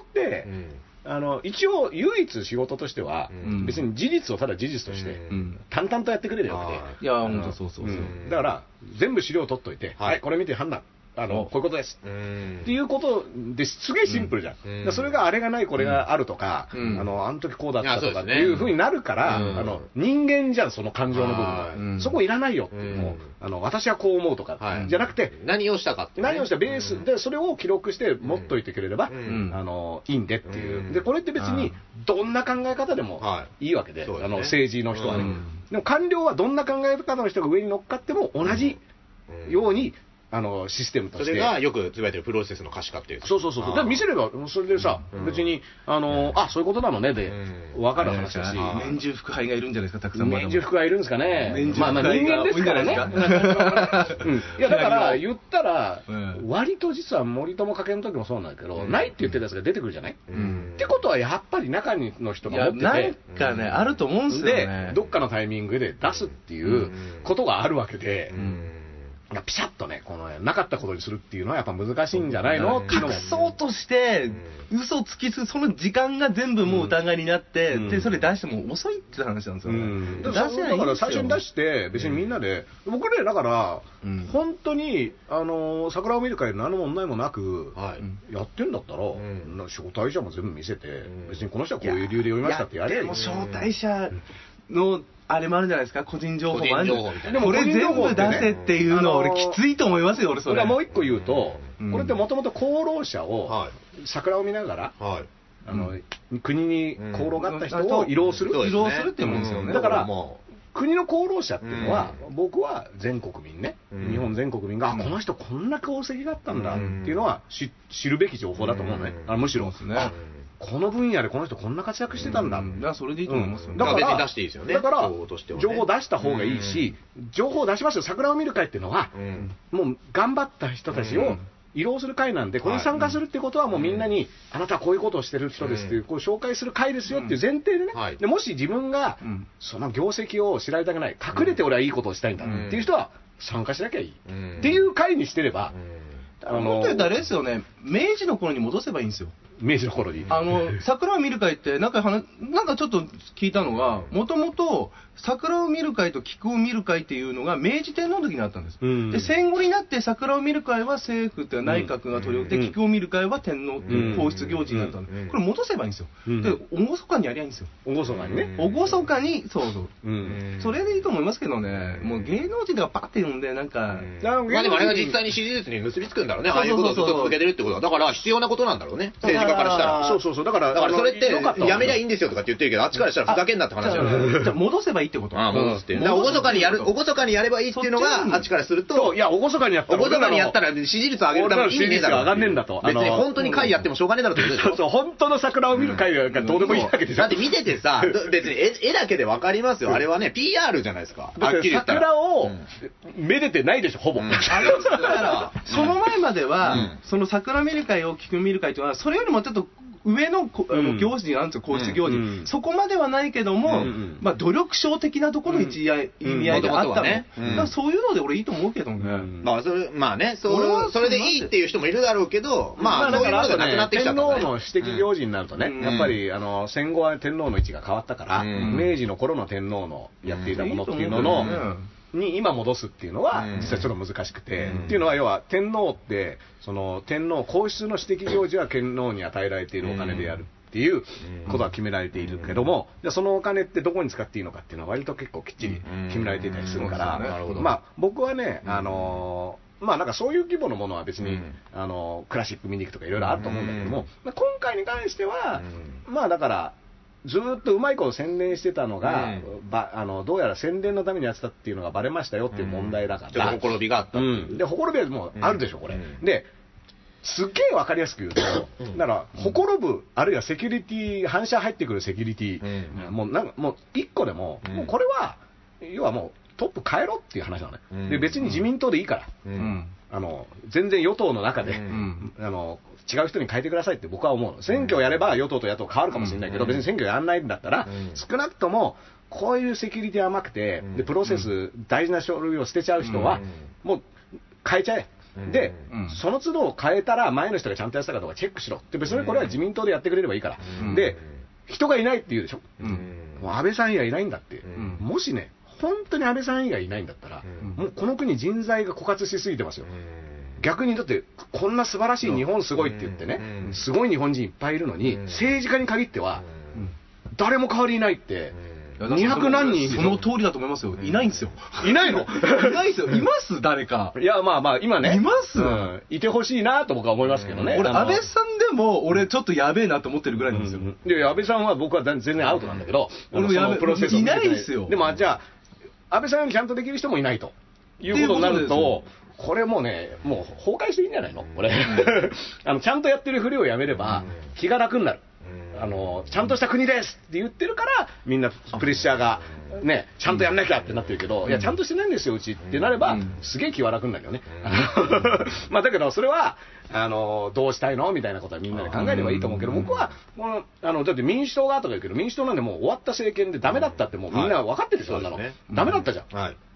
一応唯一仕事としては、別に事実をただ事実として淡々とやってくれるわけで、 いや本当そうだから全部資料を取っといて、はいこれ見て判断、こういうことですっていうことですげえシンプルじゃん。それがあれがないこれがあるとか、あの時こうだったとかっていうふうになるから、人間じゃんその感情の部分が、そこいらないよっていうのを、私はこう思うとかじゃなくて、 何をしたかって何をしたベースでそれを記録して持っといてくれればいいんでっていう。でこれって別にどんな考え方でもいいわけで、政治の人はね。でも官僚はどんな考え方の人が上に乗っかっても同じようにシステムとして、 それがよくつぶやいてるプロセスの可視化っていう。 そうだから見せればそれでさ、別にそういうことなのねで分かる話だし、 年中副配がいるんじゃないですか、たくさん。 年中副配いるんですかね。まあ人間ですからね。いやだから言ったら割と実は森友家系の時もそうなんだけど、ないって言ってたやつが出てくるじゃない。ってことはやっぱり中の人が持ってて、 なんかねあると思うんですよね。 でどっかのタイミングで出すっていうことがあるわけで。 ピシャッとね、このなかったことにするっていうのはやっぱ難しいんじゃないのっていうのも。 隠そうとして、嘘つきす、その時間が全部もう疑いになって、で、それ出しても遅いって話なんですよね。 だから最初に出して、別にみんなで、僕ね、だから、本当に、桜を見る会で何の問題もなく、やってんだったら、招待者も全部見せて、別にこの人はこういう理由で読みましたってやればいい。 招待者の、あれもあるじゃないですか、個人情報もある。でもこれ全部出せっていうのは俺きついと思いますよ、俺それ。 もう一個言うと、これってもともと功労者を、桜を見ながら、国に功労があった人を慰労する。 慰労するって思うんですよね。 だから、国の功労者っていうのは、僕は全国民ね、日本全国民が、この人こんな功績があったんだっていうのは知るべき情報だと思うね。むしろ。この分野でこの人こんな活躍してたんだ。 それでいいと思いますよね。 だから出していいですよね。 だから情報出した方がいいし、情報を出しますよ。桜を見る会っていうのは、もう頑張った人たちを慰労する会なんで、これに参加するってことはもうみんなに、あなたはこういうことをしてる人ですっていう、こう紹介する会ですよっていう前提でね。でもし自分がその業績を知られたくない、隠れて俺はいいことをしたいんだっていう人は参加しなきゃいいっていう会にしてれば、 本当言ったらあれですよね、明治の頃に戻せばいいんですよ。 明治の頃に。 桜を見る会って、なんかちょっと聞いたのが、もともと桜を見る会と菊を見る会っていうのが明治天皇の時にあったんです。で、戦後になって桜を見る会は政府って内閣が取り置いて、菊を見る会は天皇っていう皇室行事になったんで、これ戻せばいいんですよ。で、厳かにやりゃいいんですよ。 厳かにね。 厳かに、そうそう。それでいいと思いますけどね、もう芸能人がパッて呼んで、なんか。 まあでもあれが実際に支持率に結びつくんだろうね。ああいうことをずっと続けてるってことは。だから必要なことなんだろうね。政治家からしたら。 そう。だからそれってやめりゃいいんですよとかって言ってるけど、あっちからしたらふざけんなって話だよ。 じゃあ戻せばいいってこと。 戻すって。厳かにやればいいっていうのがあっちからすると、 いや厳かにやったら支持率上げるために意味ねえだろ。 上がんねえんだと。 別に本当に会やってもしょうがねえだろってことでしょ。 そう本当の桜を見る会がどうでもいいわけでしょ。 だって見ててさ、別に絵だけでわかりますよ。あれはね PR じゃないですか。 はっきり言ったら。桜をめでてないでしょほぼ。 その前まではその桜見る会を菊見る会というのはそれよりもちょっと上の行事があるんですよ、皇室行事。そこまではないけども、まあ努力賞的なところの意味合いがあったの。そういうので俺いいと思うけどね。 まあね、それでいいっていう人もいるだろうけど、まあそういうのがなくなってきちゃった。 天皇の私的行事になるとね、やっぱり戦後は天皇の位置が変わったから、明治の頃の天皇のやっていたものっていうのの、に今戻すっていうのは実はちょっと難しくて、っていうのは要は天皇ってその天皇皇室の私的行事は天皇に与えられているお金でやるっていうことは決められているけども、そのお金ってどこに使っていいのかっていうのは割と結構きっちり決められていたりするから、まあ僕はねまあなんかそういう規模のものは別にクラシック見に行くとかいろいろあると思うんだけども、今回に関してはまあだからずっとうまいこと宣伝してたのが、どうやら宣伝のためにやってたっていうのがバレましたよっていう問題だから、 ちょっとほころびがあった。 でほころびはもうあるでしょこれ。ですっげえわかりやすく言うと、だからほころぶあるいはセキュリティ反射入ってくるセキュリティ、もう一個でも、もうこれは要はもうトップ変えろっていう話なのね。で別に自民党でいいから。全然与党の中で、違う人に変えてくださいって僕は思う。選挙をやれば与党と野党変わるかもしれないけど、別に選挙やらないんだったら、少なくともこういうセキュリティ甘くて、でプロセス、大事な書類を捨てちゃう人はもう変えちゃえ。で、その都度変えたら前の人がちゃんとやってたかどうかチェックしろって、別にこれは自民党でやってくれればいいから。で人がいないって言うでしょ。もう安倍さん以外いないんだって。もしね本当に安倍さん以外いないんだったら、もうこの国人材が枯渇しすぎてますよ。逆にだってこんな素晴らしい日本すごいって言ってね、すごい日本人いっぱいいるのに、政治家に限っては誰も代わりいないって、200何人その通りだと思いますよ。いないんですよ。 いないの？ いないですよ。います誰か。 いやまあ今ねいます。 いてほしいなと僕は思いますけどね。 俺安倍さんでも俺ちょっとやべえなと思ってるぐらいなんですよ。 いや安倍さんは僕は全然アウトなんだけど、 俺もやべえ。いないですよ。 でもじゃあ安倍さんよりちゃんとできる人もいないということになると、これもうね、もう崩壊していいんじゃないのこれ。ちゃんとやってるふりをやめれば気が楽になる。ちゃんとした国ですって言ってるからみんなプレッシャーがね、ちゃんとやんなきゃってなってるけど、いやちゃんとしてないんですようちってなればすげえ気は楽になるよね。まあだけどそれはどうしたいのみたいなことはみんなで考えればいいと思うけど、僕はだって民主党がとか言うけど、民主党なんでもう終わった政権でダメだったってもうみんな分かってるでしょ。そんなのダメだったじゃん。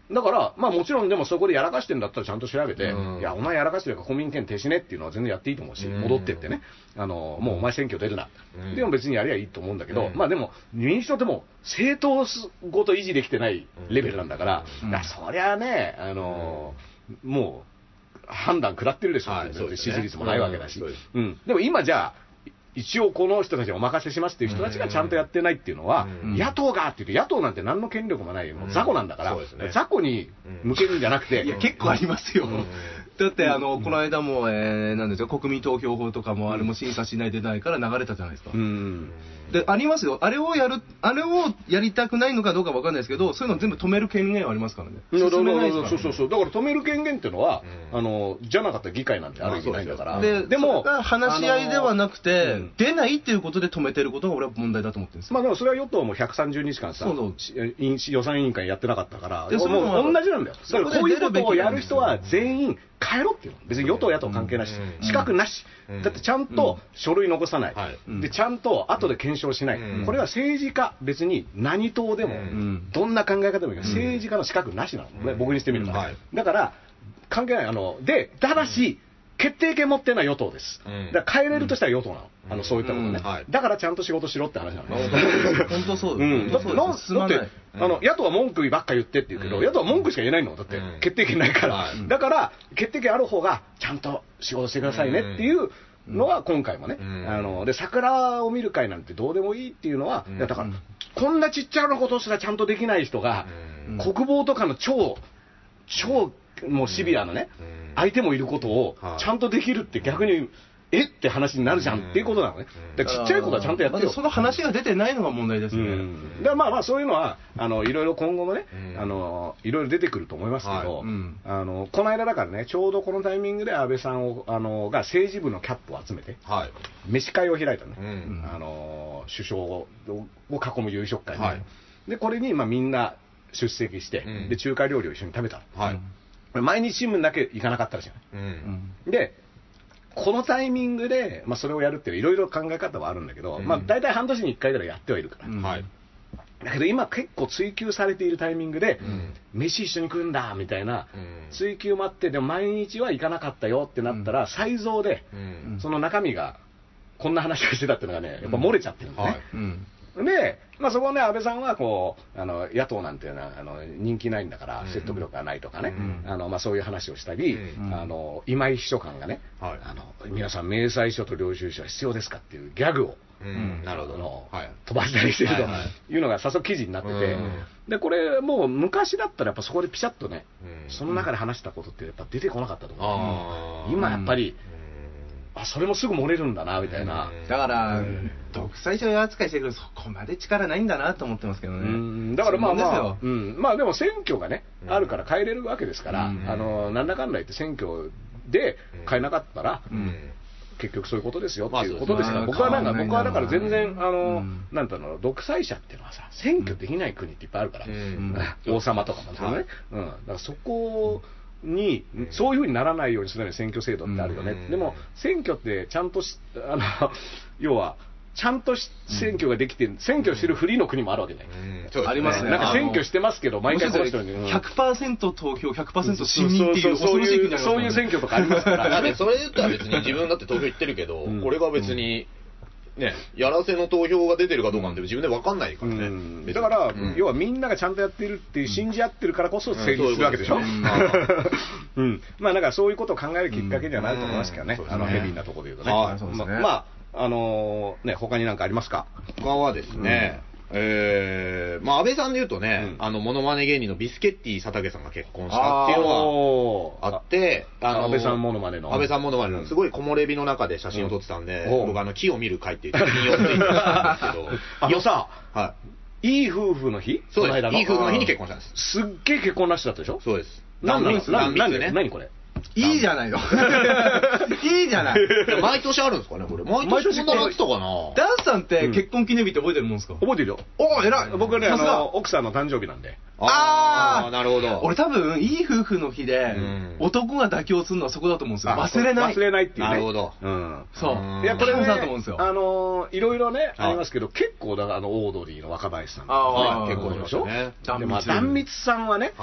だから、まあもちろんでもそこでやらかしてんだったらちゃんと調べて、いや、お前やらかしてるから公民権停止ねっていうのは全然やっていいと思うし、戻ってってね、もうお前選挙出るな。でも別にやりゃいいと思うんだけど、まあでも、民主党ってもう政党ごと維持できてないレベルなんだから、そりゃね、もう、判断下ってるでしょ、支持率もないわけだし。でも今じゃあ、一応この人たちにお任せしますっていう人たちがちゃんとやってないっていうのは、野党がって言って、野党なんて何の権力もない、もう雑魚なんだから、雑魚に向けるんじゃなくて、 いや、結構ありますよ。だって、この間も、なんですよ、国民投票法とかも、あれも審査しないでないから流れたじゃないですか。で、ありますよ。あれをやりたくないのかどうかわかんないですけど、そういうの全部止める権限はありますからね。 進めないですからね。そう。だから止める権限っていうのは、じゃなかったら議会なんてある意味ないんだから。 でも、話し合いではなくて、出ないっていうことで止めてることが俺は問題だと思ってるんですよ。 まあでもそれは与党も130日間さ、予算委員会やってなかったから、もう同じなんだよ。だからこういうことをやる人は全員変えろっていうの。別に与党野党関係なし、資格なし。だってちゃんと書類残さない。で、ちゃんと後で検証しない。これは政治家、別に何党でも、どんな考え方でもいいけど、政治家の資格なしなの。僕にしてみると。だから、関係ない。で、ただし、決定権持ってるのは与党です。だから変えれるとしたら与党なの。そういったことね。だからちゃんと仕事しろって話なの。 本当そうです。 だって野党は文句ばっか言ってって言うけど、野党は文句しか言えないの。だって決定権ないから。だから決定権ある方がちゃんと仕事してくださいねっていうのは今回もね。で、桜を見る会なんてどうでもいいっていうのは、だからこんなちっちゃなことすらちゃんとできない人が、国防とかの超もうシビアなね、相手もいることをちゃんとできるって逆に、って話になるじゃんっていうことなのね。ちっちゃいことはちゃんとやってよ。 その話が出てないのが問題ですね。 だからまあそういうのは、いろいろ今後もね、いろいろ出てくると思いますけど、この間だからね、ちょうどこのタイミングで安倍さんが政治部のキャップを集めて、飯会を開いたのね。首相を囲む夕食会で、これにみんな出席して、で、中華料理を一緒に食べた。毎日新聞だけ行かなかったらしいの。で、このタイミングで、それをやるっていういろいろ考え方はあるんだけど、大体半年に1回ぐらいやってはいるから。だけど今結構追及されているタイミングで、飯一緒に食うんだみたいな追及もあって、でも毎日は行かなかったよってなったら、再造で、その中身がこんな話をしてたっていうのがね、やっぱ漏れちゃってるんですね。で、そこをね、安倍さんはこう野党なんていうのは人気ないんだから説得力がないとかね、そういう話をしたり、今井秘書官がね、皆さん明細書と領収書は必要ですかっていうギャグを飛ばしたりしてるというのが早速記事になってて、でこれもう昔だったらやっぱそこでピシャッとね、その中で話したことってやっぱ出てこなかったと思う。今やっぱりそれもすぐ漏れるんだなみたいな。 だから独裁者扱いしてくるそこまで力ないんだなと思ってますけどね。 だからまあでも選挙がねあるから変えれるわけですから、なんだかんだ言って選挙で変えなかったら結局そういうことですよっていうことですから、僕はだから全然なんだろう、独裁者っていうのはさ、選挙できない国っていっぱいあるから、王様とかもね。だからそこにそういうふうにならないようにするのに選挙制度ってあるよね。でも選挙ってちゃんと要はちゃんと選挙ができて選挙してるふりの国もあるわけね。 ありますね。 なんか選挙してますけど毎回この人に 100% 投票 100% 信任っていうそういう選挙とかありますから。 それ言ったら別に自分だって投票行ってるけど、これが別にね、やらせの投票が出てるかどうかなんて自分で分かんないからね。 だから、要はみんながちゃんとやってるっていう信じ合ってるからこそ成立するわけでしょ。まあなんかそういうことを考えるきっかけにはなると思いますけどね。ヘビーなところで言うとね。まあ他に何かありますか？ 他はですね、安倍さんで言うとね、モノマネ芸人のビスケッティ佐竹さんが結婚したっていうのがあって、 安倍さんモノマネの。 安倍さんモノマネの、すごい木漏れ日の中で写真を撮ってたんで、僕木を見る会って言って引用ツイートしたんですけど、 さ、いい夫婦の日？ そうです。いい夫婦の日に結婚したんです。 すっげえ結婚らしだったでしょ？ そうです。 何これ？ いいじゃないの。いいじゃない。 毎年あるんですかね、これ。毎年こんなのあったかな。 ダンさんって結婚記念日って覚えてるもんですか？ 覚えてるよ。 お、偉い。 僕はね、奥さんの誕生日なんで。 なるほど。 俺多分、いい夫婦の日で、男が妥協するのはそこだと思うんですよ。忘れない。 忘れないっていうね。 なるほど。 そう。 いや、これね、 だと思うんですよ。 いろいろね、ありますけど、結構だからオードリーの若林さん。結構しましょう。壇蜜さんはね、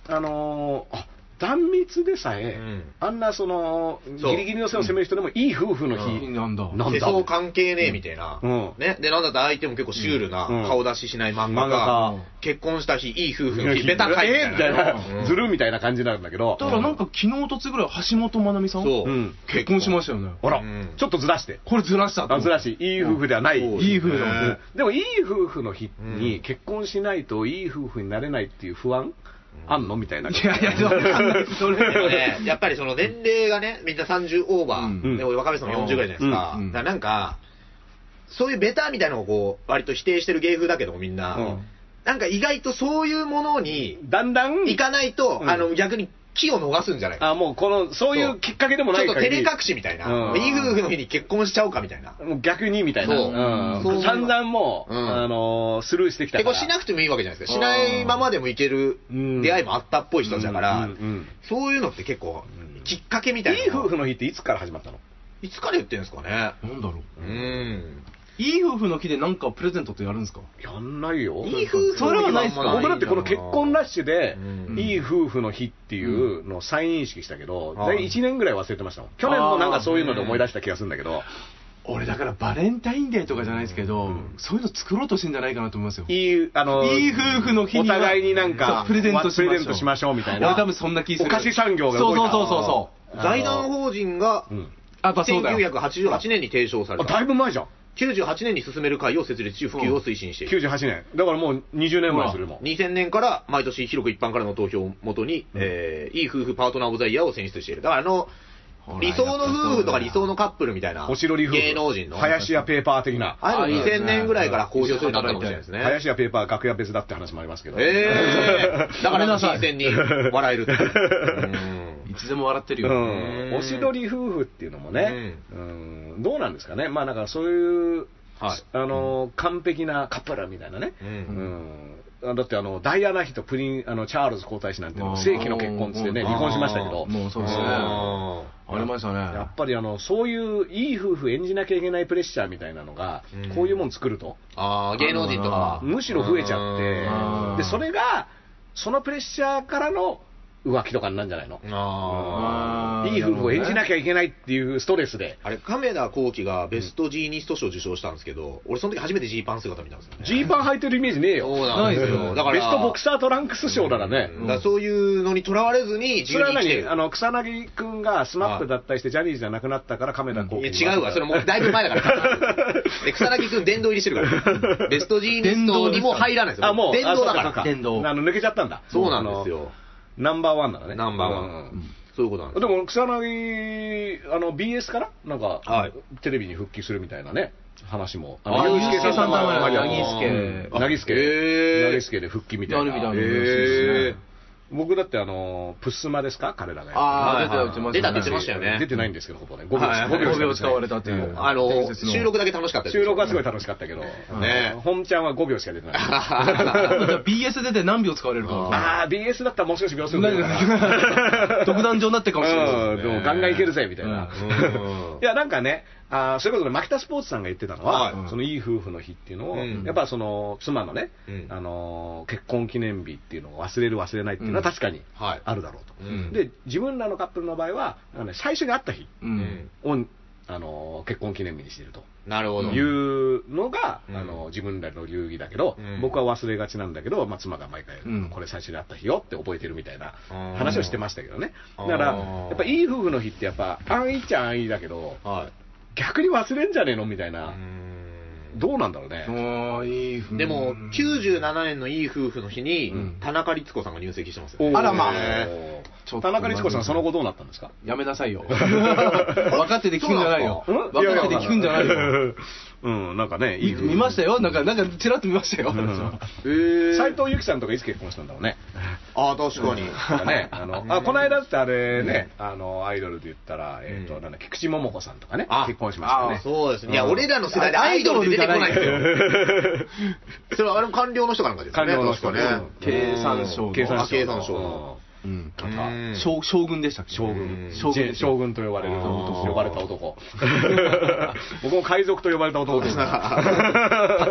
断蜜でさえ、あんなそのギリギリの線を攻める人でもいい夫婦の日なんだ。 世相関係ねえみたいな。ね。で、なんだって相手も結構シュールな顔出ししない漫画家。結婚した日、いい夫婦の日、ベタかいみたいな。 ずるみたいな感じなんだけど。 だからなんか昨日とつぐらい橋本まなみさん結婚しましたよね。 ほら、ちょっとずらして。 これずらした。 ずらし、いい夫婦ではない。 いい夫婦の。 でもいい夫婦の日に結婚しないといい夫婦になれないっていう不安あんのみたいな。 いやいや、それね、やっぱりその年齢がね、みんな30オーバー、で、若林さんも40ぐらいじゃないですか。だからなんか、そういうベタみたいなのをこう、割と否定してる芸風だけどもみんな、なんか意外とそういうものに、 だんだんいかないと、逆に気を逃すんじゃないか。 もうそういうきっかけでもないちょっと照れ隠しみたいな。いい夫婦の日に結婚しちゃおうかみたいな。 逆にみたいな。散々もう、スルーしてきたから。 結婚しなくてもいいわけじゃないですか。しないままでもいける出会いもあったっぽい人たちだから、そういうのって結構、きっかけみたいな。 いい夫婦の日っていつから始まったの？ いつから言ってるんですかね。 なんだろう。いい夫婦の日で何かプレゼントってやるんですか？ やんないよ。 いい夫婦それはないですか？ 僕だってこの結婚ラッシュで、いい夫婦の日っていうのを再認識したけど、1年ぐらい忘れてましたもん。去年もなんかそういうので思い出した気がするんだけど。 俺だからバレンタインデーとかじゃないですけど、そういうの作ろうとしてんじゃないかなと思いますよ。 いい夫婦の日にお互いになんかプレゼントしましょうみたいな。 俺多分そんな気する。 お菓子産業が動いた。 そう。 財団法人が1988年に提唱された。 だいぶ前じゃん。 98年に進める会を設立し、普及を推進している。 98年。だからもう20年前するもん。 2000年から毎年広く一般からの投票をもとに、いい夫婦パートナーオブザイヤーを選出している。だから理想の夫婦とか理想のカップルみたいな。 おしろり夫婦。 芸能人の。 林家ペーパー的な。 あれ2000年ぐらいから公表するようになったかもしれないですね。 林家ペーパー楽屋別だって話もありますけど。 だから新鮮に笑える。 いつでも笑ってるよ。 おしどり夫婦っていうのもね、どうなんですかね。まあだからそういう、完璧なカップルみたいなね。だってダイアナ妃とチャールズ皇太子なんて世紀の結婚ってね離婚しましたけど、 もうそうですね、ありましたね。 やっぱりそういういい夫婦演じなきゃいけないプレッシャーみたいなのがこういうもん作ると芸能人とかむしろ増えちゃって、でそれがそのプレッシャーからの浮気とかになるんじゃないの？いい夫婦を演じなきゃいけないっていうストレスで。 あれ、亀田光輝がベストジーニスト賞を受賞したんですけど、俺その時初めてジーパン姿見たんですよね。 ジーパン履いてるイメージねえよ。 そうなんですよ。 だからベストボクサートランクス賞だからね。 だからそういうのにとらわれずに自由に生きてる。それは何？草薙くんがスマップ脱退してジャニーズじゃなくなったから亀田光輝。 違うわ、それもうだいぶ前だから。草薙くん殿堂入りしてるから。ベストジーニストにも入らないですよ。 もう殿堂だから。 殿堂。抜けちゃったんだ。 そうなんですよ。 ナンバーワンなのね。 ナンバーワン。そういうことなんです。 でも草薙BS からなんかテレビに復帰するみたいなね話も。 ユースケさんとなぎすけで復帰みたいな。僕だってプスマですか彼らが。 出たって言ってましたよね。 出てないんですけどほぼね。 5秒使われたっていう。 収録だけ楽しかった。 収録はすごい楽しかったけど本ちゃんは5秒しか出てない。 BS 出て何秒使われるか。 BS だったらもう少し秒数独壇場になってかもしれない。 でもガンガンいけるぜみたいな。いやなんかねそういうことで牧田スポーツさんが言ってたのは、そのいい夫婦の日っていうのを、やっぱその妻のね、結婚記念日っていうのを忘れる忘れないっていうのは確かにあるだろうと。で自分らのカップルの場合は最初に会った日を結婚記念日にしていると。 なるほど。 いうのが自分らの流儀だけど、僕は忘れがちなんだけど、妻が毎回これ最初に会った日よって覚えてるみたいな話をしてましたけどね。だからやっぱいい夫婦の日ってやっぱ安易っちゃ安易だけど。逆に忘れんじゃねえのみたいな。どうなんだろうね。 でも97年のいい夫婦の日に田中律子さんが入籍してますよね。 あらまあ。 田中律子さんその後どうなったんですか？ やめなさいよ。分かってて聞くんじゃないよ。分かってて聞くんじゃないよ。 なんかね、 見ましたよ。なんかちらっと見ましたよ。 斉藤由貴さんとかいつ結婚したんだろうね。 確かに。 この間ってあれね、アイドルで言ったら、なんだっけ、菊池桃子さんとかね、結婚しましたね。 そうですね。いや、俺らの世代でアイドルで出てこないですよ。それは官僚の人かなんかですね。 官僚の人ね。 経産省。 経産省の。 将軍でしたっけ？ 将軍と呼ばれた男。僕も海賊と呼ばれた男ですから。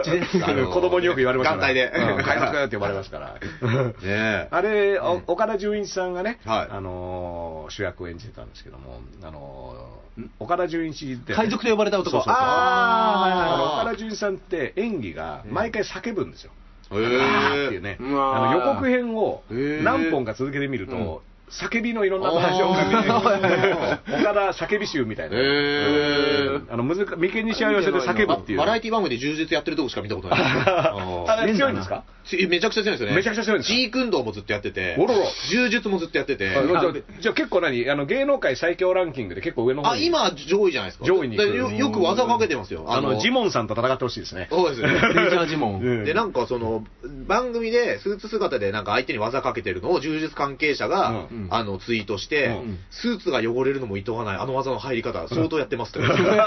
子供によく言われましたね。 眼帯で。 海賊って呼ばれますから。あれ、岡田准一さんがね、主役を演じてたんですけども、岡田准一って。 海賊と呼ばれた男。 岡田准一さんって演技が毎回叫ぶんですよ。っていうね、予告編を何本か続けてみると、叫びのいろんなバージョンが見て、岡田叫び集みたいな。眉間にしわ寄せて叫ぶっていう。 バラエティ番組で柔術やってるとこしか見たことない。 あれ強いんですか？ めちゃくちゃ強いんですよね。 めちゃくちゃ強いんですか？ ジークンドーもずっとやってて、柔術もずっとやってて。 じゃあ結構芸能界最強ランキングで結構上の方に。 今上位じゃないですか。 上位に。 よく技かけてますよ。 ジモンさんと戦ってほしいですね。 そうですよね。 レジャージモン。 で、なんか番組でスーツ姿でなんか相手に技かけてるのを柔術関係者が、ツイートして、スーツが汚れるのも厭わない、あの技の入り方、相当やってますと。やってんだ。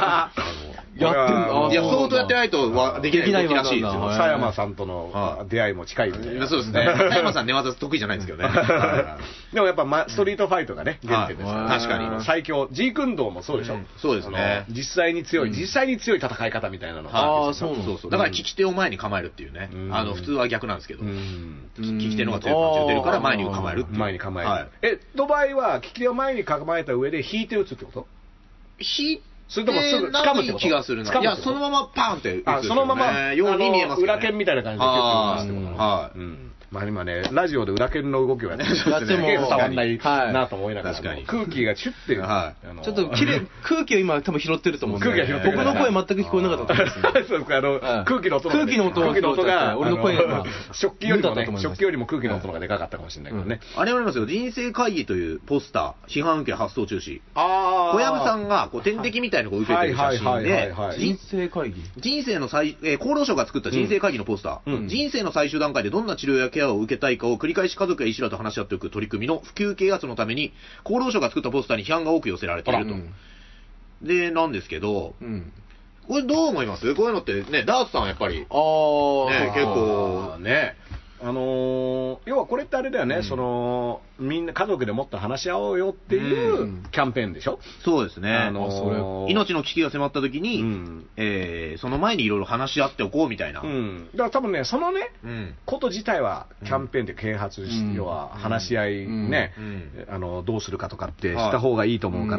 いや、相当やってないとできないらしいですよ。 佐山さんとの出会いも近いみたいな。 そうですね。佐山さん寝技得意じゃないんですけどね。 でもやっぱストリートファイトがね、原点ですから。 確かに。 最強。ジークンドーもそうでしょ？ そうですね。 実際に強い戦い方みたいなのが。 ああ、そうそう。だから利き手を前に構えるっていうね。普通は逆なんですけど。利き手の方が強いパンチ打てるから前に構える。 前に構える。の場合は利き手を前に構えた上で引いて打つってこと？それともすぐ掴むってこと？ 気がするな。いや、そのままパーンって打つ。 そのままように見えますね。 裏剣みたいな感じでキュッと打つってこと。はい。まあ今ね、ラジオで裏剣の動きをやってるんで、伝わんないなと思いながら、空気がチュッて、 ちょっと空気を今多分拾ってると思うんで、僕の声全く聞こえなかったと思います。 そうですか、空気の音が、俺の声が、食器よりも空気の音がでかかったかもしれないけどね。 あれありますよ、人生会議というポスター、批判受け発送中止。小籔さんが点滴みたいなのを受けてる写真で、 人生会議厚労省が作った人生会議のポスター、人生の最終段階でどんな治療やケアを受けたいかを繰り返し家族や医師らと話し合っていく取り組みの普及啓発のために厚労省が作ったポスターに批判が多く寄せられていると。で、なんですけど、これどう思います？こういうのってね、ダーツさんはやっぱり、結構ね、 要はこれってあれだよね、みんな家族でもっと話し合おうよっていうキャンペーンでしょ？ そうですね。命の危機が迫った時に、その前にいろいろ話し合っておこうみたいな。 だから多分ね、こと自体はキャンペーンで啓発要は話し合いね、どうするかとかってした方がいいと思うから、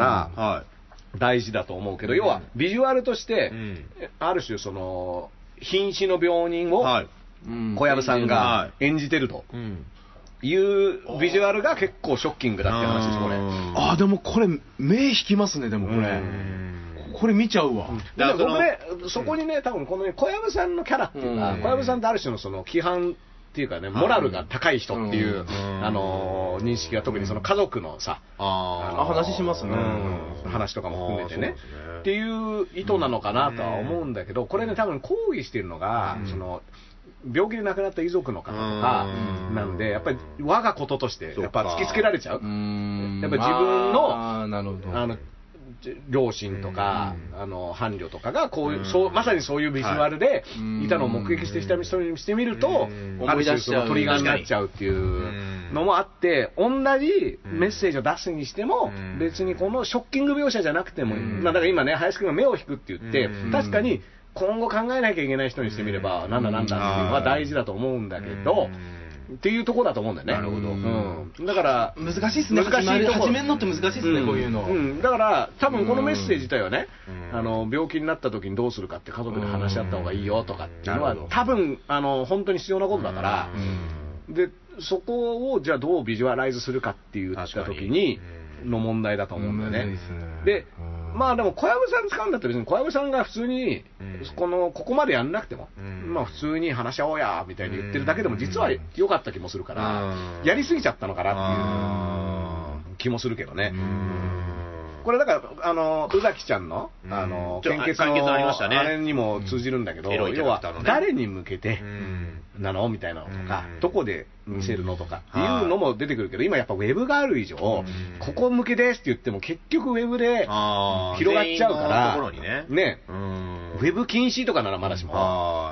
大事だと思うけど、要はビジュアルとして、ある種瀕死の病人を、小籔さんが演じてるというビジュアルが結構ショッキングだって話です、これ。 でもこれ目引きますね、でもこれ見ちゃうわ。 だから僕ね、そこにね、多分この小籔さんのキャラっていうか、小籔さんってある種の規範っていうかね、モラルが高い人っていう認識が特に家族のさ、 話しますね。 話とかも含めてね。っていう意図なのかなとは思うんだけど、これね、多分抗議しているのが、病気で亡くなった遺族の方とかなんで、やっぱり我がこととしてやっぱ突きつけられちゃう。やっぱ自分の両親とか伴侶とかがこういうまさにそういうビジュアルでいたのを目撃して人にしてみると、ある種トリガーになっちゃうっていうのもあって、同じメッセージを出すにしても別にこのショッキング描写じゃなくても、だから今ね、林くんが目を引くって言って、確かに今後考えなきゃいけない人にしてみればなんだっていうのは大事だと思うんだけど、っていうところだと思うんだよね。なるほど。だから難しいですね。始めるのって難しいですね、こういうの。 だから多分このメッセージ自体はね、病気になった時にどうするかって家族で話し合った方がいいよとかっていうのは多分本当に必要なことだから、でそこをじゃあどうビジュアライズするかって言った時にの問題だと思うんだよね。でまあでも小籔さん使うんだったら別に小籔さんが普通にここまでやんなくても、まあ普通に話し合おうやみたいに言ってるだけでも実は良かった気もするから、やりすぎちゃったのかなっていう気もするけどね。これだから宇崎ちゃんの献血のあれにも通じるんだけど、要は誰に向けてなのみたいなのとか、どこで見せるのとかっていうのも出てくるけど、今やっぱウェブがある以上、ここ向けですって言っても結局ウェブで広がっちゃうから、ね、ウェブ禁止とかならまだしも、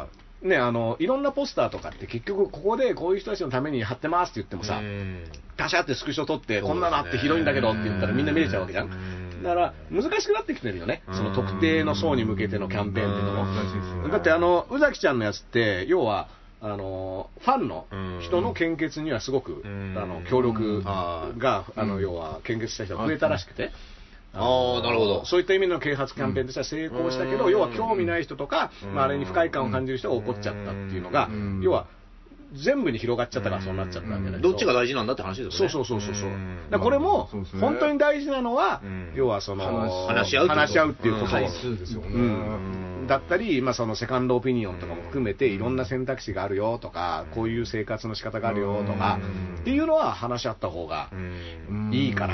ね、いろんなポスターとかって結局ここでこういう人たちのために貼ってますって言ってもさ、パシャってスクショ撮ってこんなのあってひどいんだけどって言ったらみんな見れちゃうわけじゃん。だから難しくなってきてるよね、その特定の層に向けてのキャンペーンっていうのも。だって宇崎ちゃんのやつって要はファンの人の献血にはすごく協力が要は献血した人が増えたらしくて。 なるほど。 そういった意味の啓発キャンペーンとしては成功したけど、要は興味ない人とか、あれに不快感を感じる人が怒っちゃったっていうのが、要は全部に広がっちゃったからそうなっちゃったわけだけど、 どっちが大事なんだって話ですよね。 そう。だこれも本当に大事なのは、要はその話し合うっていうことですよね。だったり、そのセカンドオピニオンとかも含めていろんな選択肢があるよとか、こういう生活の仕方があるよとかっていうのは話し合った方がいいから、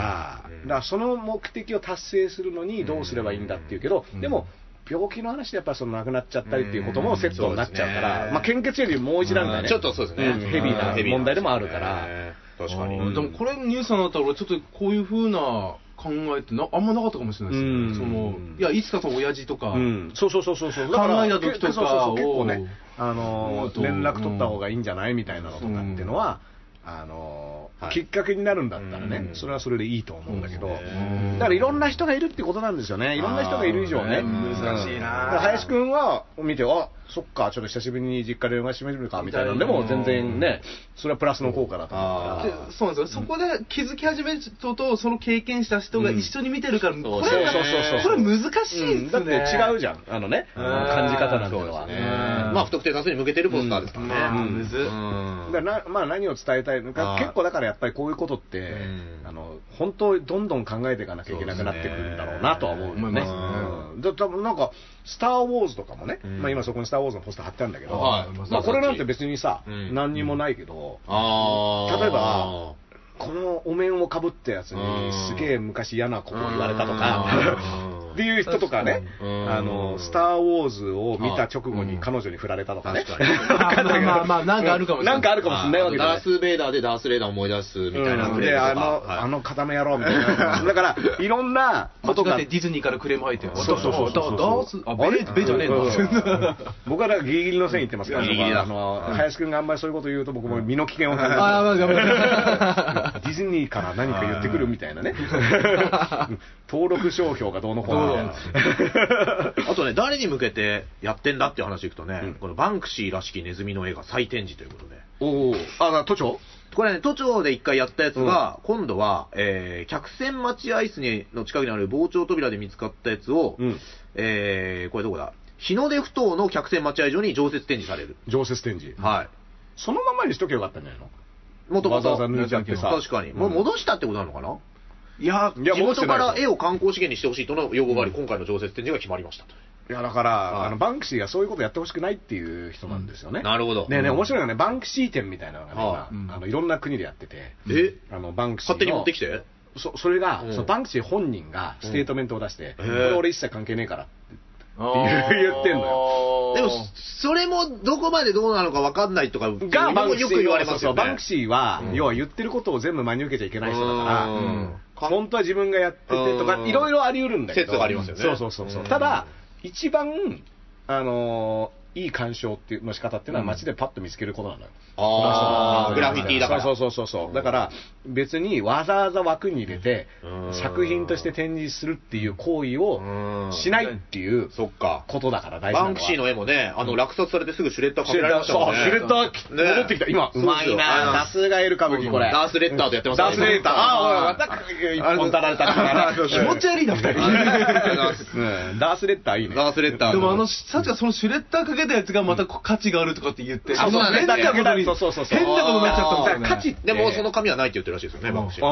だからその目的を達成するのにどうすればいいんだっていうけど、でも病気の話でやっぱその亡くなっちゃったりっていうこともセットになっちゃうから、献血よりもう一段階ね、 ちょっとそうですね、 ヘビーな問題でもあるから。 確かに。 でもこれニュースになったら俺ちょっとこういう風な考えってあんまなかったかもしれないですね。いやいつかその親父とか、 そう考えた時とかを結構ね、連絡取った方がいいんじゃないみたいなのとかっていうのはきっかけになるんだったらね、それはそれでいいと思うんだけど、だからいろんな人がいるってことなんですよね。いろんな人がいる以上ね、 難しいな。 林くんは見て、そっか、ちょっと久しぶりに実家で電話してみるかみたいなのでも全然ね、それはプラスの効果だと思うから。 そうなんですよ。そこで気づき始める人とその経験した人が一緒に見てるから、これ難しいですね。 だって違うじゃん、感じ方なんていうのは。 不特定多数に向けてるポスターですからね。 むず。 何を伝えたいのか、結構だからやっぱりこういうことって本当どんどん考えていかなきゃいけなくなってくるんだろうなとは思うよね。多分なんかスター・ウォーズとかもね、今そこにスター・ウォーズのポスター貼ってあるんだけど、これなんて別にさ何にもないけど、例えばこのお面をかぶったやつにすげえ昔嫌なことを言われたとかっていう人とかね、スター・ウォーズを見た直後に彼女に振られたとかね、 なんかあるかもしれない。 なんかあるかもしれないわけダース・ベイダーでダース・レーダーを思い出すみたいなフレーズとか、 固めやろうみたいな。だからいろんなことがディズニーからクレーム入ってる。 そうベじゃねえの。 僕はだからギリギリの線いってますから、林くんがあんまりそういうこと言うと僕も身の危険を感じる。ディズニーから何か言ってくるみたいなね。登録商標がどうのこうのみたいな。 あとね、誰に向けてやってんだっていう話いくとね、このバンクシーらしきネズミの絵が再展示ということで。 都庁これね、都庁で一回やったやつが、今度は、客船待合室の近くにある防潮扉で見つかったやつを、これどこだ、日の出ふ頭の客船待合所に常設展示される。 常設展示。 はい。 そのままにしとけばよかったんじゃないの？ もともとわざわざ抜いちゃってさ。 確かに。もう戻したってことなのかな？いや、地元から絵を観光資源にしてほしいとの要望があり、今回の常設展示が決まりましたと。 いやだからバンクシーがそういうことやってほしくないっていう人なんですよね。 なるほど。 ね面白いのね、バンクシー展みたいなのが今いろんな国でやってて、バンクシー勝手に持ってきて、 それがバンクシー本人がステートメントを出して、これ俺一切関係ねえからって言ってんのよ。 でもそれもどこまでどうなのか分かんないとかがよく言われますよね。 バンクシーは要は言ってることを全部真に受けちゃいけない人だから、本当は自分がやっててとかいろいろあり得るんだけど、 説がありますよね。 そうただ一番いい鑑賞っていうの仕方っていうのは街でパッと見つけることなのよ。 グラフィティだから。 そう。だから別にわざわざ枠に入れて作品として展示するっていう行為をしないっていうことだから大事なのは。 バンクシーの絵もね、落札されてすぐシュレッダーかけられましたもんね。 シュレッダー戻ってきた。今うまいな。さすがエル歌舞伎これ。 ダースレッダーとやってますね。 ダースレッダー。また一本取られたから気持ち悪いな二人。 ダースレッダーいいね。 ダースレッダー。 でもさっきはそのシュレッダーかけたやつがまた価値があるとかって言って、 変なことになっちゃったんですよね。 でもその紙はないって言ってるらしいですよね、バンクシー。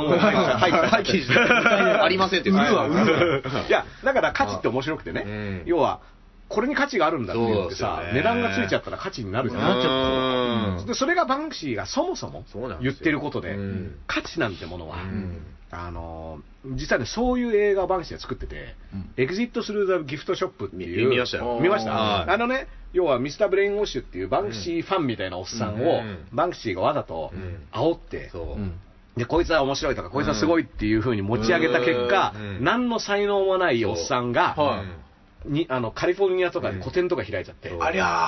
はいありませんって言っていやだから価値って面白くてね、要はこれに価値があるんだって言ってさ、値段がついちゃったら価値になるじゃん。でそれがバンクシーがそもそも言ってることで、価値なんてものは実はねそういう映画をバンクシーが作ってて、エグジットスルーザギフトショップっていう、 見ましたよ。 見ました。要はミスター・ブレインウォッシュっていうバンクシーファンみたいなおっさんをバンクシーがわざと煽ってでこいつは面白いとかこいつはすごいっていう風に持ち上げた結果、何の才能もないおっさんがカリフォルニアとかで個展とか開いちゃって、 ありゃ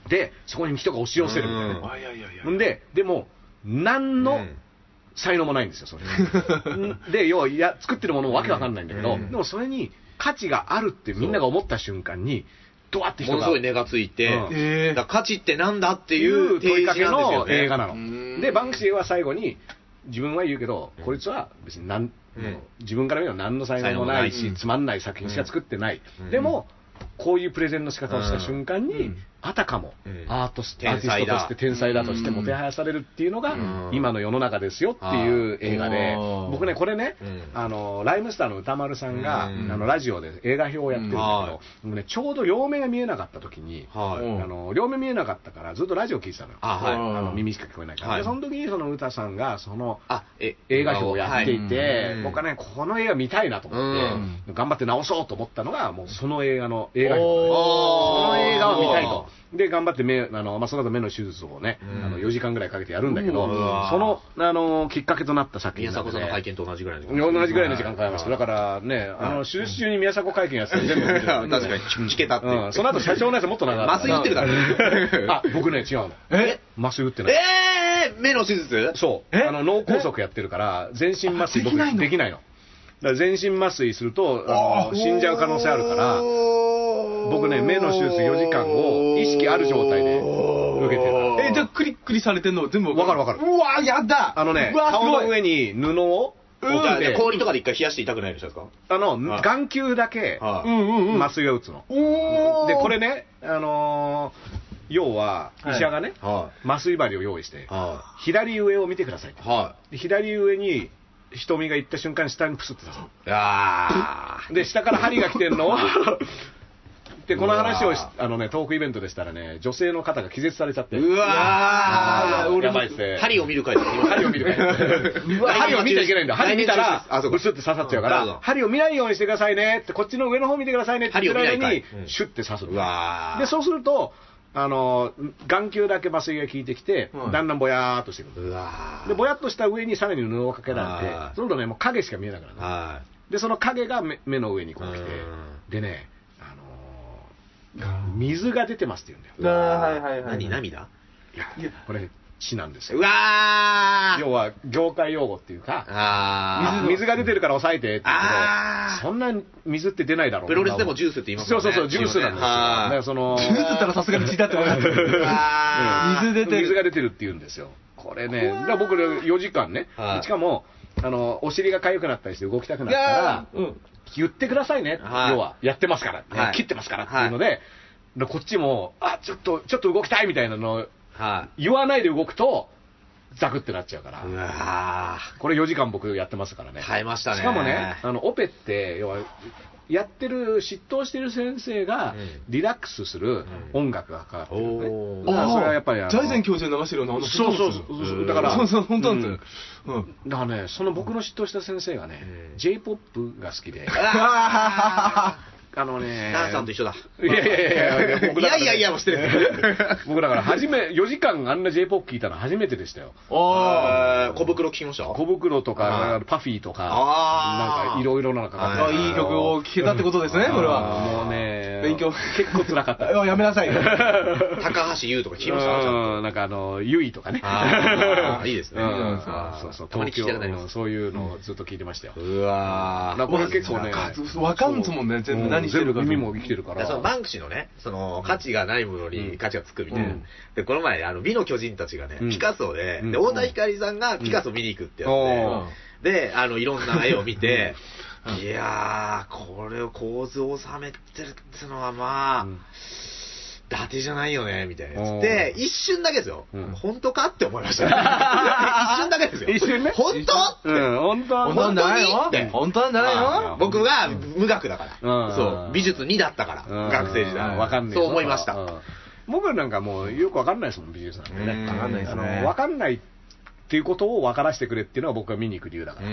でそこに人が押し寄せるみたいな。でも何の才能もないんですよそれで。要は作ってるものもわけわかんないんだけど、でもそれに価値があるってみんなが思った瞬間にドワって人がものすごい値がついて、だ価値ってなんだっていう問いかけの映画なので、バンクシーは最後に自分は言うけど、こいつは別に自分から見れば何の才能もないし、つまんない作品しか作ってない、でもこういうプレゼンの仕方をした瞬間に、あたかもアーティストとして天才だとしてもてはやされるっていうのが今の世の中ですよっていう映画で、僕ねこれね、ライムスターの歌丸さんがラジオで映画表をやってるんだけど、僕ねちょうど両目が見えなかった時に、両目見えなかったからずっとラジオ聞いてたのよ。耳しか聞こえないから。でその時にその歌さんがその映画表をやっていて、僕はねこの映画見たいなと思って頑張って直そうと思ったのがもうその映画の映画表、その映画を見たいと。で頑張ってその後目の手術をね4時間ぐらいかけてやるんだけど、そのきっかけとなった作品宮迫さんの会見と同じぐらいの時間かかりました。だからね手術中に宮迫会見やって全部見てた。 確かに聞けたって。 その後社長のやつもっと長かった。 麻酔打ってるからね。 僕ね違うの。麻酔打ってない。 目の手術？ そう。脳梗塞やってるから全身麻酔僕できないの。だから全身麻酔すると死んじゃう可能性あるから、僕ね目の手術4時間を意識ある状態で受けてる。 じゃあクリックリされてんの全部わかるわかる。 うわやだ。 顔の上に布を氷とかで一回冷やして痛くないでしょですか？ 眼球だけ麻酔が打つの。でこれね要は医者がね麻酔針を用意して左上を見てくださいって左上に瞳が行った瞬間に下にプスって刺す。で下から針が来てんのをでこの話をトークイベントでしたらね女性の方が気絶されちゃって、 うわーやばいっすね。 針を見る回です。 針を見る回針を見ちゃいけないんだ。針見たらブスって刺さっちゃうから針を見ないようにしてくださいねって、こっちの上の方見てくださいねって言ってる間にシュッて刺す。でそうすると眼球だけ麻酔が効いてきて、だんだんぼやーっとしてくる。でぼやっとした上にさらに布をかけられて、そのとねもう影しか見えなくなる。でその影が目の上にこう来て、でね水が出てますって言うんだよ。 何涙？ いやこれ血なんですよ。 うわー、 要は業界用語っていうか、水が出てるから抑えてって言うけど、そんな水って出ないだろう。 プロレスでもジュースって言いますよね。 そうジュースなんですよ。だからジュースったらさすがに血だって思います。 水が出てるって言うんですよ。これね、だから僕4時間ね、しかもお尻が痒くなったりして動きたくなったら言ってくださいね、要はやってますから切ってますからっていうので、こっちもちょっと動きたいみたいなのを言わないで動くとザクってなっちゃうから、これ4時間僕やってますからね。 耐えましたね。 しかもねオペって要はやってる執刀してる先生がリラックスする音楽がかかってるのね。それはやっぱり財前教授流してるようなそうだから本当なんですよ。 だからねその僕の執刀した先生がね J-POP が好きでダンさんと一緒だ。 いやもしてる。 僕だから4時間あんな J-POP 聞いたの初めてでしたよ。 小袋聞きました？ 小袋とかパフィーとかなんかいろいろなかいい曲を聴けたってことですね。これはもうね勉強結構辛かった。 やめなさいよ。 高橋優とか聞きました？ なんかゆいとかね。 いいですね。 そう東京そういうのをずっと聞いてましたよ。 うわー、これ結構ねわかんですもんね。全部何してるか。 耳も生きてるから。 そのバンクシーのね、その価値がないものに価値がつくみたいな。でこの前美の巨人たちがねピカソで太田光さんがピカソ見に行くってやつで、いろんな絵を見て、いやーこれを構図を収めてるってのはまあ。伊達じゃないよねみたいなやつで一瞬だけですよ、本当かって思いましたね。一瞬だけですよ。 一瞬ね。 本当？ 本当なんじゃないの？本当なんじゃないの？ 僕が無学だから、そう美術2だったから、学生時代わかんない。 そう思いました。 僕なんかもうよくわかんないですもん美術なんてね。 わかんないですね。 わかんないっっていうことを分からせてくれっていうのが僕が見に行く理由だから、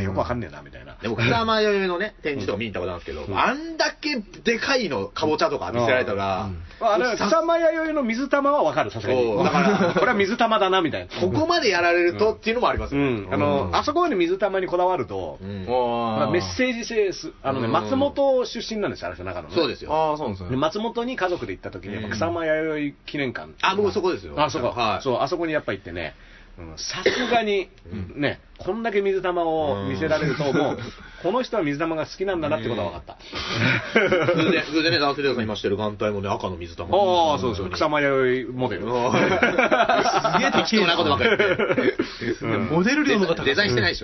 よく分かんねえなみたいな。 でも草間彌生のね展示とか見に行ったことあるんですけど、あんだけでかいのかぼちゃとか見せられたら、 あれ草間彌生の水玉は分かる、さすがに。だからこれは水玉だなみたいな。 ここまでやられるとっていうのもありますよね。 あそこまで水玉にこだわると、メッセージ性松本出身なんですよ、あれ長野の。 そうですよ。 ああ、そうですね。 松本に家族で行った時に草間彌生記念館。 あ、僕そこですよ。 あ、そうか。そう、あそこにやっぱ行ってね。さすがにね、こんだけ水玉を見せられると、もうこの人は水玉が好きなんだなってことが分かった。 偶然ね、ダース・レーダーさん今してる眼帯もね、赤の水玉。 ああ、そうですよ、草間彌生モデル。すげえ適当なことばっかり言って。 モデル量の方がデザインしてないでしょ。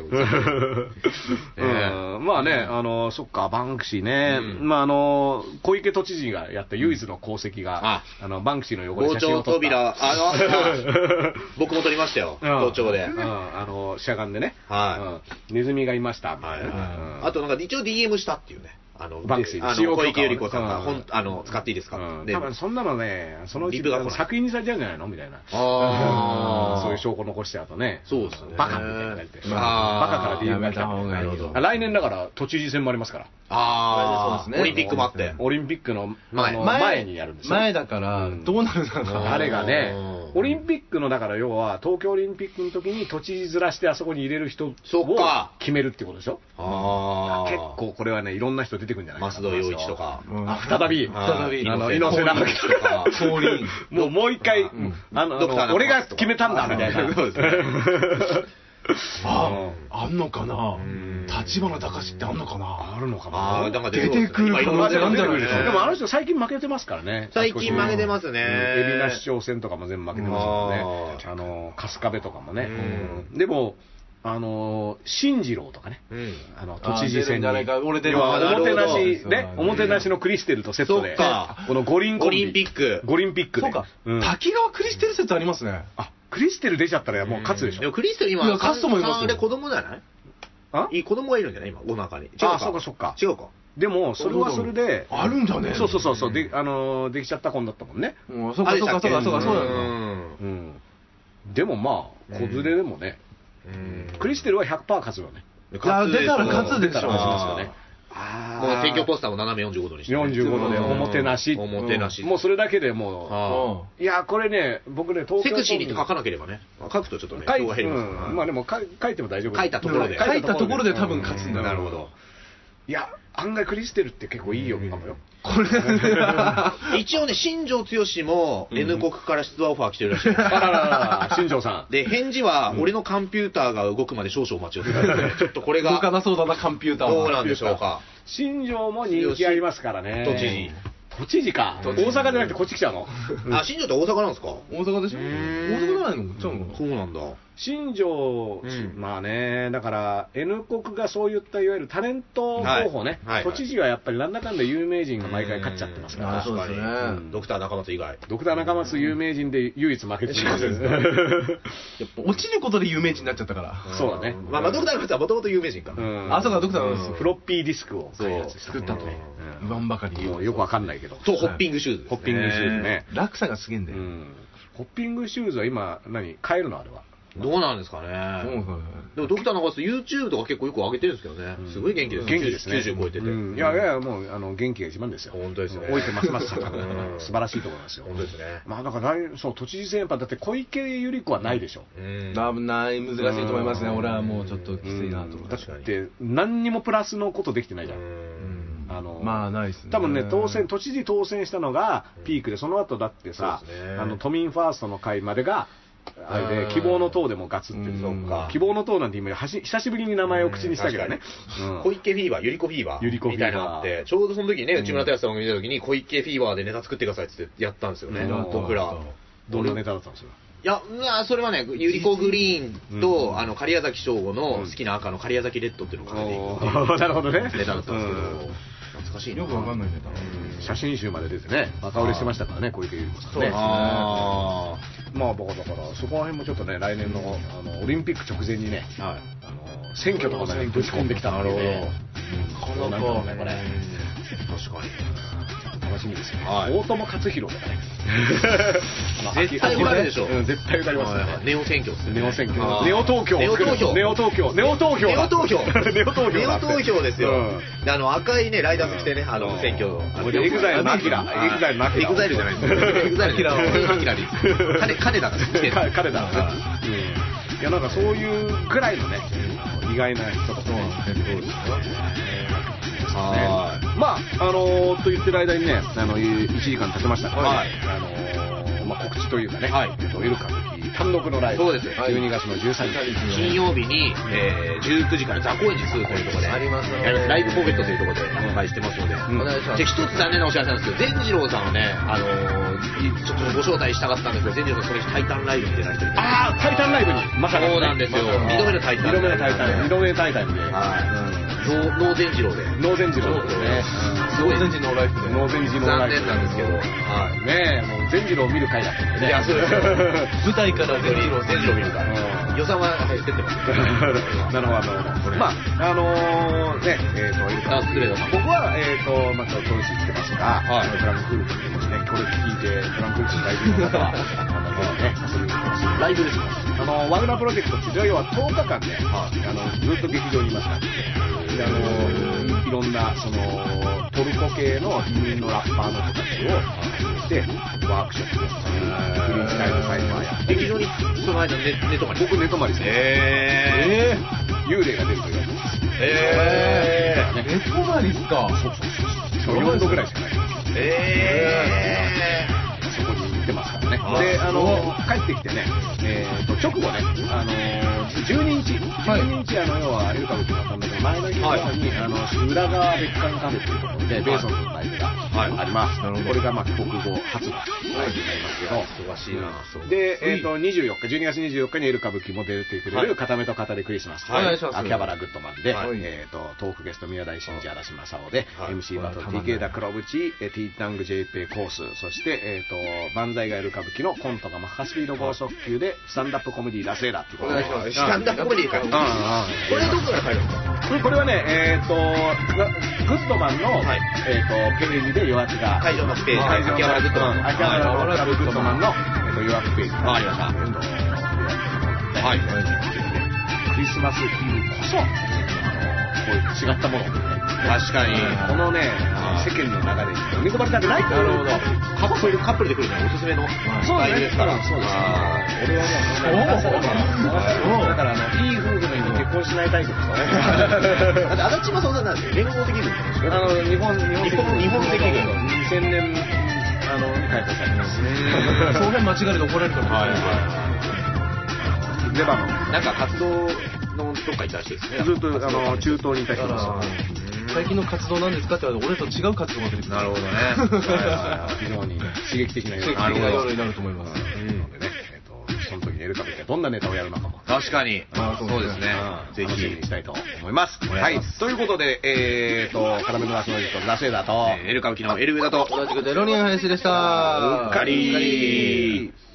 まあね、そっか、バンクシーね。まあ小池都知事がやった唯一の功績が、バンクシーの横で写真を撮った。 扉、僕も撮りましたよ、都庁で。 しゃがんでね、ネズミがいましたみたいな。あとなんか一応 DM したっていうね。 バンクシー小池百合子さんが使っていいですか。 多分そんなのね、そのうち作品にされちゃうんじゃないのみたいな。そういう証拠残してあとね。 そうですね。 バカみたいな感じで。バカから DM が来た。来年だから都知事選もありますから。 オリンピックもあって。 オリンピックの前にやるんですよ。 前だからどうなるんだろう。 あれがね、オリンピックのだから要は東京オリンピックの時に都知事ずらしてあそこに入れる人を決めるってことでしょ。結構これはね、いろんな人出てくるんじゃないかな。 増田洋一とか。 再び猪瀬直樹とか。もう一回、俺が決めたんだみたいな。 あんのかな。立花隆ってあんのかな。 あるのかな。 出てくる可能性あるんじゃないですか。 でもあの人最近負けてますからね。 最近負けてますね。 海老名市長選とかも全部負けてますからね。春日部とかもね。でも進次郎とかね、都知事選におもてなしのクリステルとセットで、この五輪ピックで、 そうか、滝川クリステル説ありますね。 あ、クリステル出ちゃったらもう勝つでしょ。 でもクリステル今勝つと思いますよ。 あれ子供じゃない？いい子供がいるんじゃない今お腹に。 あ、そうかそうか。 違うか。 でもそれはそれであるんだね。 そうできちゃった子だったもんね。 そうかそうなんだ。 でもまあ子連れでもね。クリステルは 100% 勝つよね。 出たら勝つでしょ。 もう選挙ポスターも斜め45度にして。 45度でおもてなし。もうそれだけでもう。いや、これね、僕ね、 東京セクシーに書かなければね。書くとちょっとね、票が減ります。 まあでも書いても大丈夫。 書いたところで多分勝つんだ。 なるほど。 いや、案外クリステルって結構いいよ、かもよ。 これ一応ね、新庄剛志も N 国から出馬オファー来てるらしい。 新庄さん。 で、返事は、俺のコンピューターが動くまで少々お待ちをするので、ちょっとこれが。 動かなそうだな、コンピューターは。 どうなんでしょうか。 新庄も人気ありますからね。 都知事。 都知事か。大阪じゃなくてこっち来ちゃうの？ あ、新庄って大阪なんですか？ 大阪でしょ？大阪じゃないの？ そうなんだ。 新庄、まあね、だから N 国がそういったいわゆるタレント候補ね、都知事はやっぱりなんだかんだ有名人が毎回勝っちゃってますから。 確かに。ドクター中松以外。 ドクター中松有名人で唯一負けてしまう。 落ちることで有名人になっちゃったから。 そうだね。 まあドクター中松はもともと有名人か。 あ、そうか、ドクター中松。 フロッピーディスクを作ったと。言わんばかり。 よくわかんないけど。 そう、ホッピングシューズ。 ホッピングシューズね。 落差がすげえんだよ。 ホッピングシューズは今、買えるのあれは。 どうなんですかね。でもドクター中松 YouTube とか結構よく上げてるんですけどね。すごい元気です。 元気ですね。 90超えてて。 いやもう元気が一番ですよ。 本当ですね。 置いてます素晴らしいと思いますよ。 本当ですね。 まあだからそう都知事選やっぱだって小池百合子はないでしょ。 難しいと思いますね。俺はもうちょっときついなと思って。 だって何にもプラスのことできてないじゃん。 まあないですね。 多分ね都知事当選したのがピークで、その後だってさ都民ファーストの会までがあれで希望の党でもガツってる。希望の党なんて今久しぶりに名前を口にしたけどね。 小池フィーバー、百合子フィーバーみたいなのあって、ちょうどその時にね、内村泰さんが見た時に小池フィーバーでネタ作ってくださいってやったんですよね。僕ら。 どんなネタだったんですか？ いや、それはね、百合子グリーンと狩矢崎省吾の好きな赤の狩矢崎レッドっていうのをかけていく。 なるほどね。 ネタだったんですけど。懐かしいな。 よくわかんないネタ。 写真集まで出てね、バカ売れしてましたからね、小池百合子さんね。まあ僕だからそこら辺もちょっとね、来年のオリンピック直前にね、選挙とかねぶち込んできたので、 なるほど。 なんだろうねこれ。 確かに。 楽しみですよ。大友克洋とかね。 絶対受かるでしょ。 絶対受かりますね。 ネオ選挙ですね。 ネオ選挙。ネオ投票。 ネオ投票。 ネオ投票。ネオ投票。 ネオ投票。 ネオ投票。 ネオ投票ですよ。赤いね、ライダース着てね、選挙の。 エグザイルのアキラ。エグザイルのアキラ。 エグザイルじゃないです。エグザイル。アキラです。金だから。 金だ。いや、なんかそういうぐらいのね、意外な人とかね。まあ、と言ってる間にね、1時間経ちましたから、告知というかね、ウェルカム単独のライブ、 そうです、 12月の13日、 金曜日に、19時からザ・高円寺2というところで、 ありますね、 ライブポケットというところで販売してますので、お願いします。一つ残念なお知らせなんですけど、善次郎さんをね、ちょっとご招待したかったんですけど、善次郎さん、それタイタンライブに出られてる。 ああ、タイタンライブに、まさか。 そうなんですよ、2度目のタイタン。 2度目のタイタン。2度目のタイタンで。 ノー善次郎で。 ノー善次郎ですね。 ノー善次郎ライフで。 ノー善次郎ライフ。 残念なんですけど。 ねえ、もう善次郎を見る回だったんでね。 いや、そうですよ。 舞台から善次郎見るから。予算は出てます。 なるほど。まあ、ね、僕は、また当時言ってますが、フランクフルトにもしね、これ聞いて、フランクフルトにライブの方は、ね、遊びに行ってます。ライブですか？ワグナープロジェクトっていう、要は10日間ね、ずっと劇場にいますから。いろんなトルコ系の移民のラッパーの人たちを集めてワークショップをしたり、フリースタイルサイファーや劇場にその間寝泊まり。 僕寝泊まりですね。幽霊が出ると言われてます。 寝泊まりっすか。 そう4度ぐらいしかない。そこに行ってますからね。で、帰ってきてね、直後ね、12日、要はエル歌舞伎の単独の前の日のように、裏側別館カフェというところで、ベーソンのライブがあります。これが帰国後初のライブになりますけど、 忙しいな。 で、12月24日にエル歌舞伎も出てくれる、片目と片でクリスマス。秋葉原グッドマンで、トークゲスト宮台真司、嵐正雄で、MC バトル TK ダ黒渕、ティータング JP コース、そして、万歳がエル歌舞伎のコントがマッハスピード剛速球で、スタンダップコメディラセーラっていうことで。 スタンダップコメディか。これはどこから入るんですか？ これはね、グッドマンの、ページで予約が。 会場のページ。秋葉原グッドマン。 秋葉原グッドマンの予約ページ。 わかりました。 はい。クリスマスイブこそ、こういう違ったもの。 確かに。 このね、世間の流れに飲み込まれたくない。なるほど。 カップルで来るのおすすめのライブですから。そうです。俺はね、だからいい夫婦のように結婚しないタイプですよね。 だって足立正雄さんなんですよ。連合的軍ですよ。 日本的軍。2000年に開催されてます。 その辺間違いで怒られると思います。 レバノン。 なんか活動のどっかいたらしいですね。 ずっと中東にいた人です。 最近の活動なんですかって言われて、俺と違う活動が出てくる。 なるほどね。 非常に刺激的な夜になると思います。 その時にエル歌舞伎はどんなネタをやるのかも。 確かに。そうですね。 ぜひ楽しみにしたいと思います。はい。ということで、カラメルナスノイズとラセーダと、 エル歌舞伎のエルウェダと、 同じくデロニアン林でした。 うっかりー。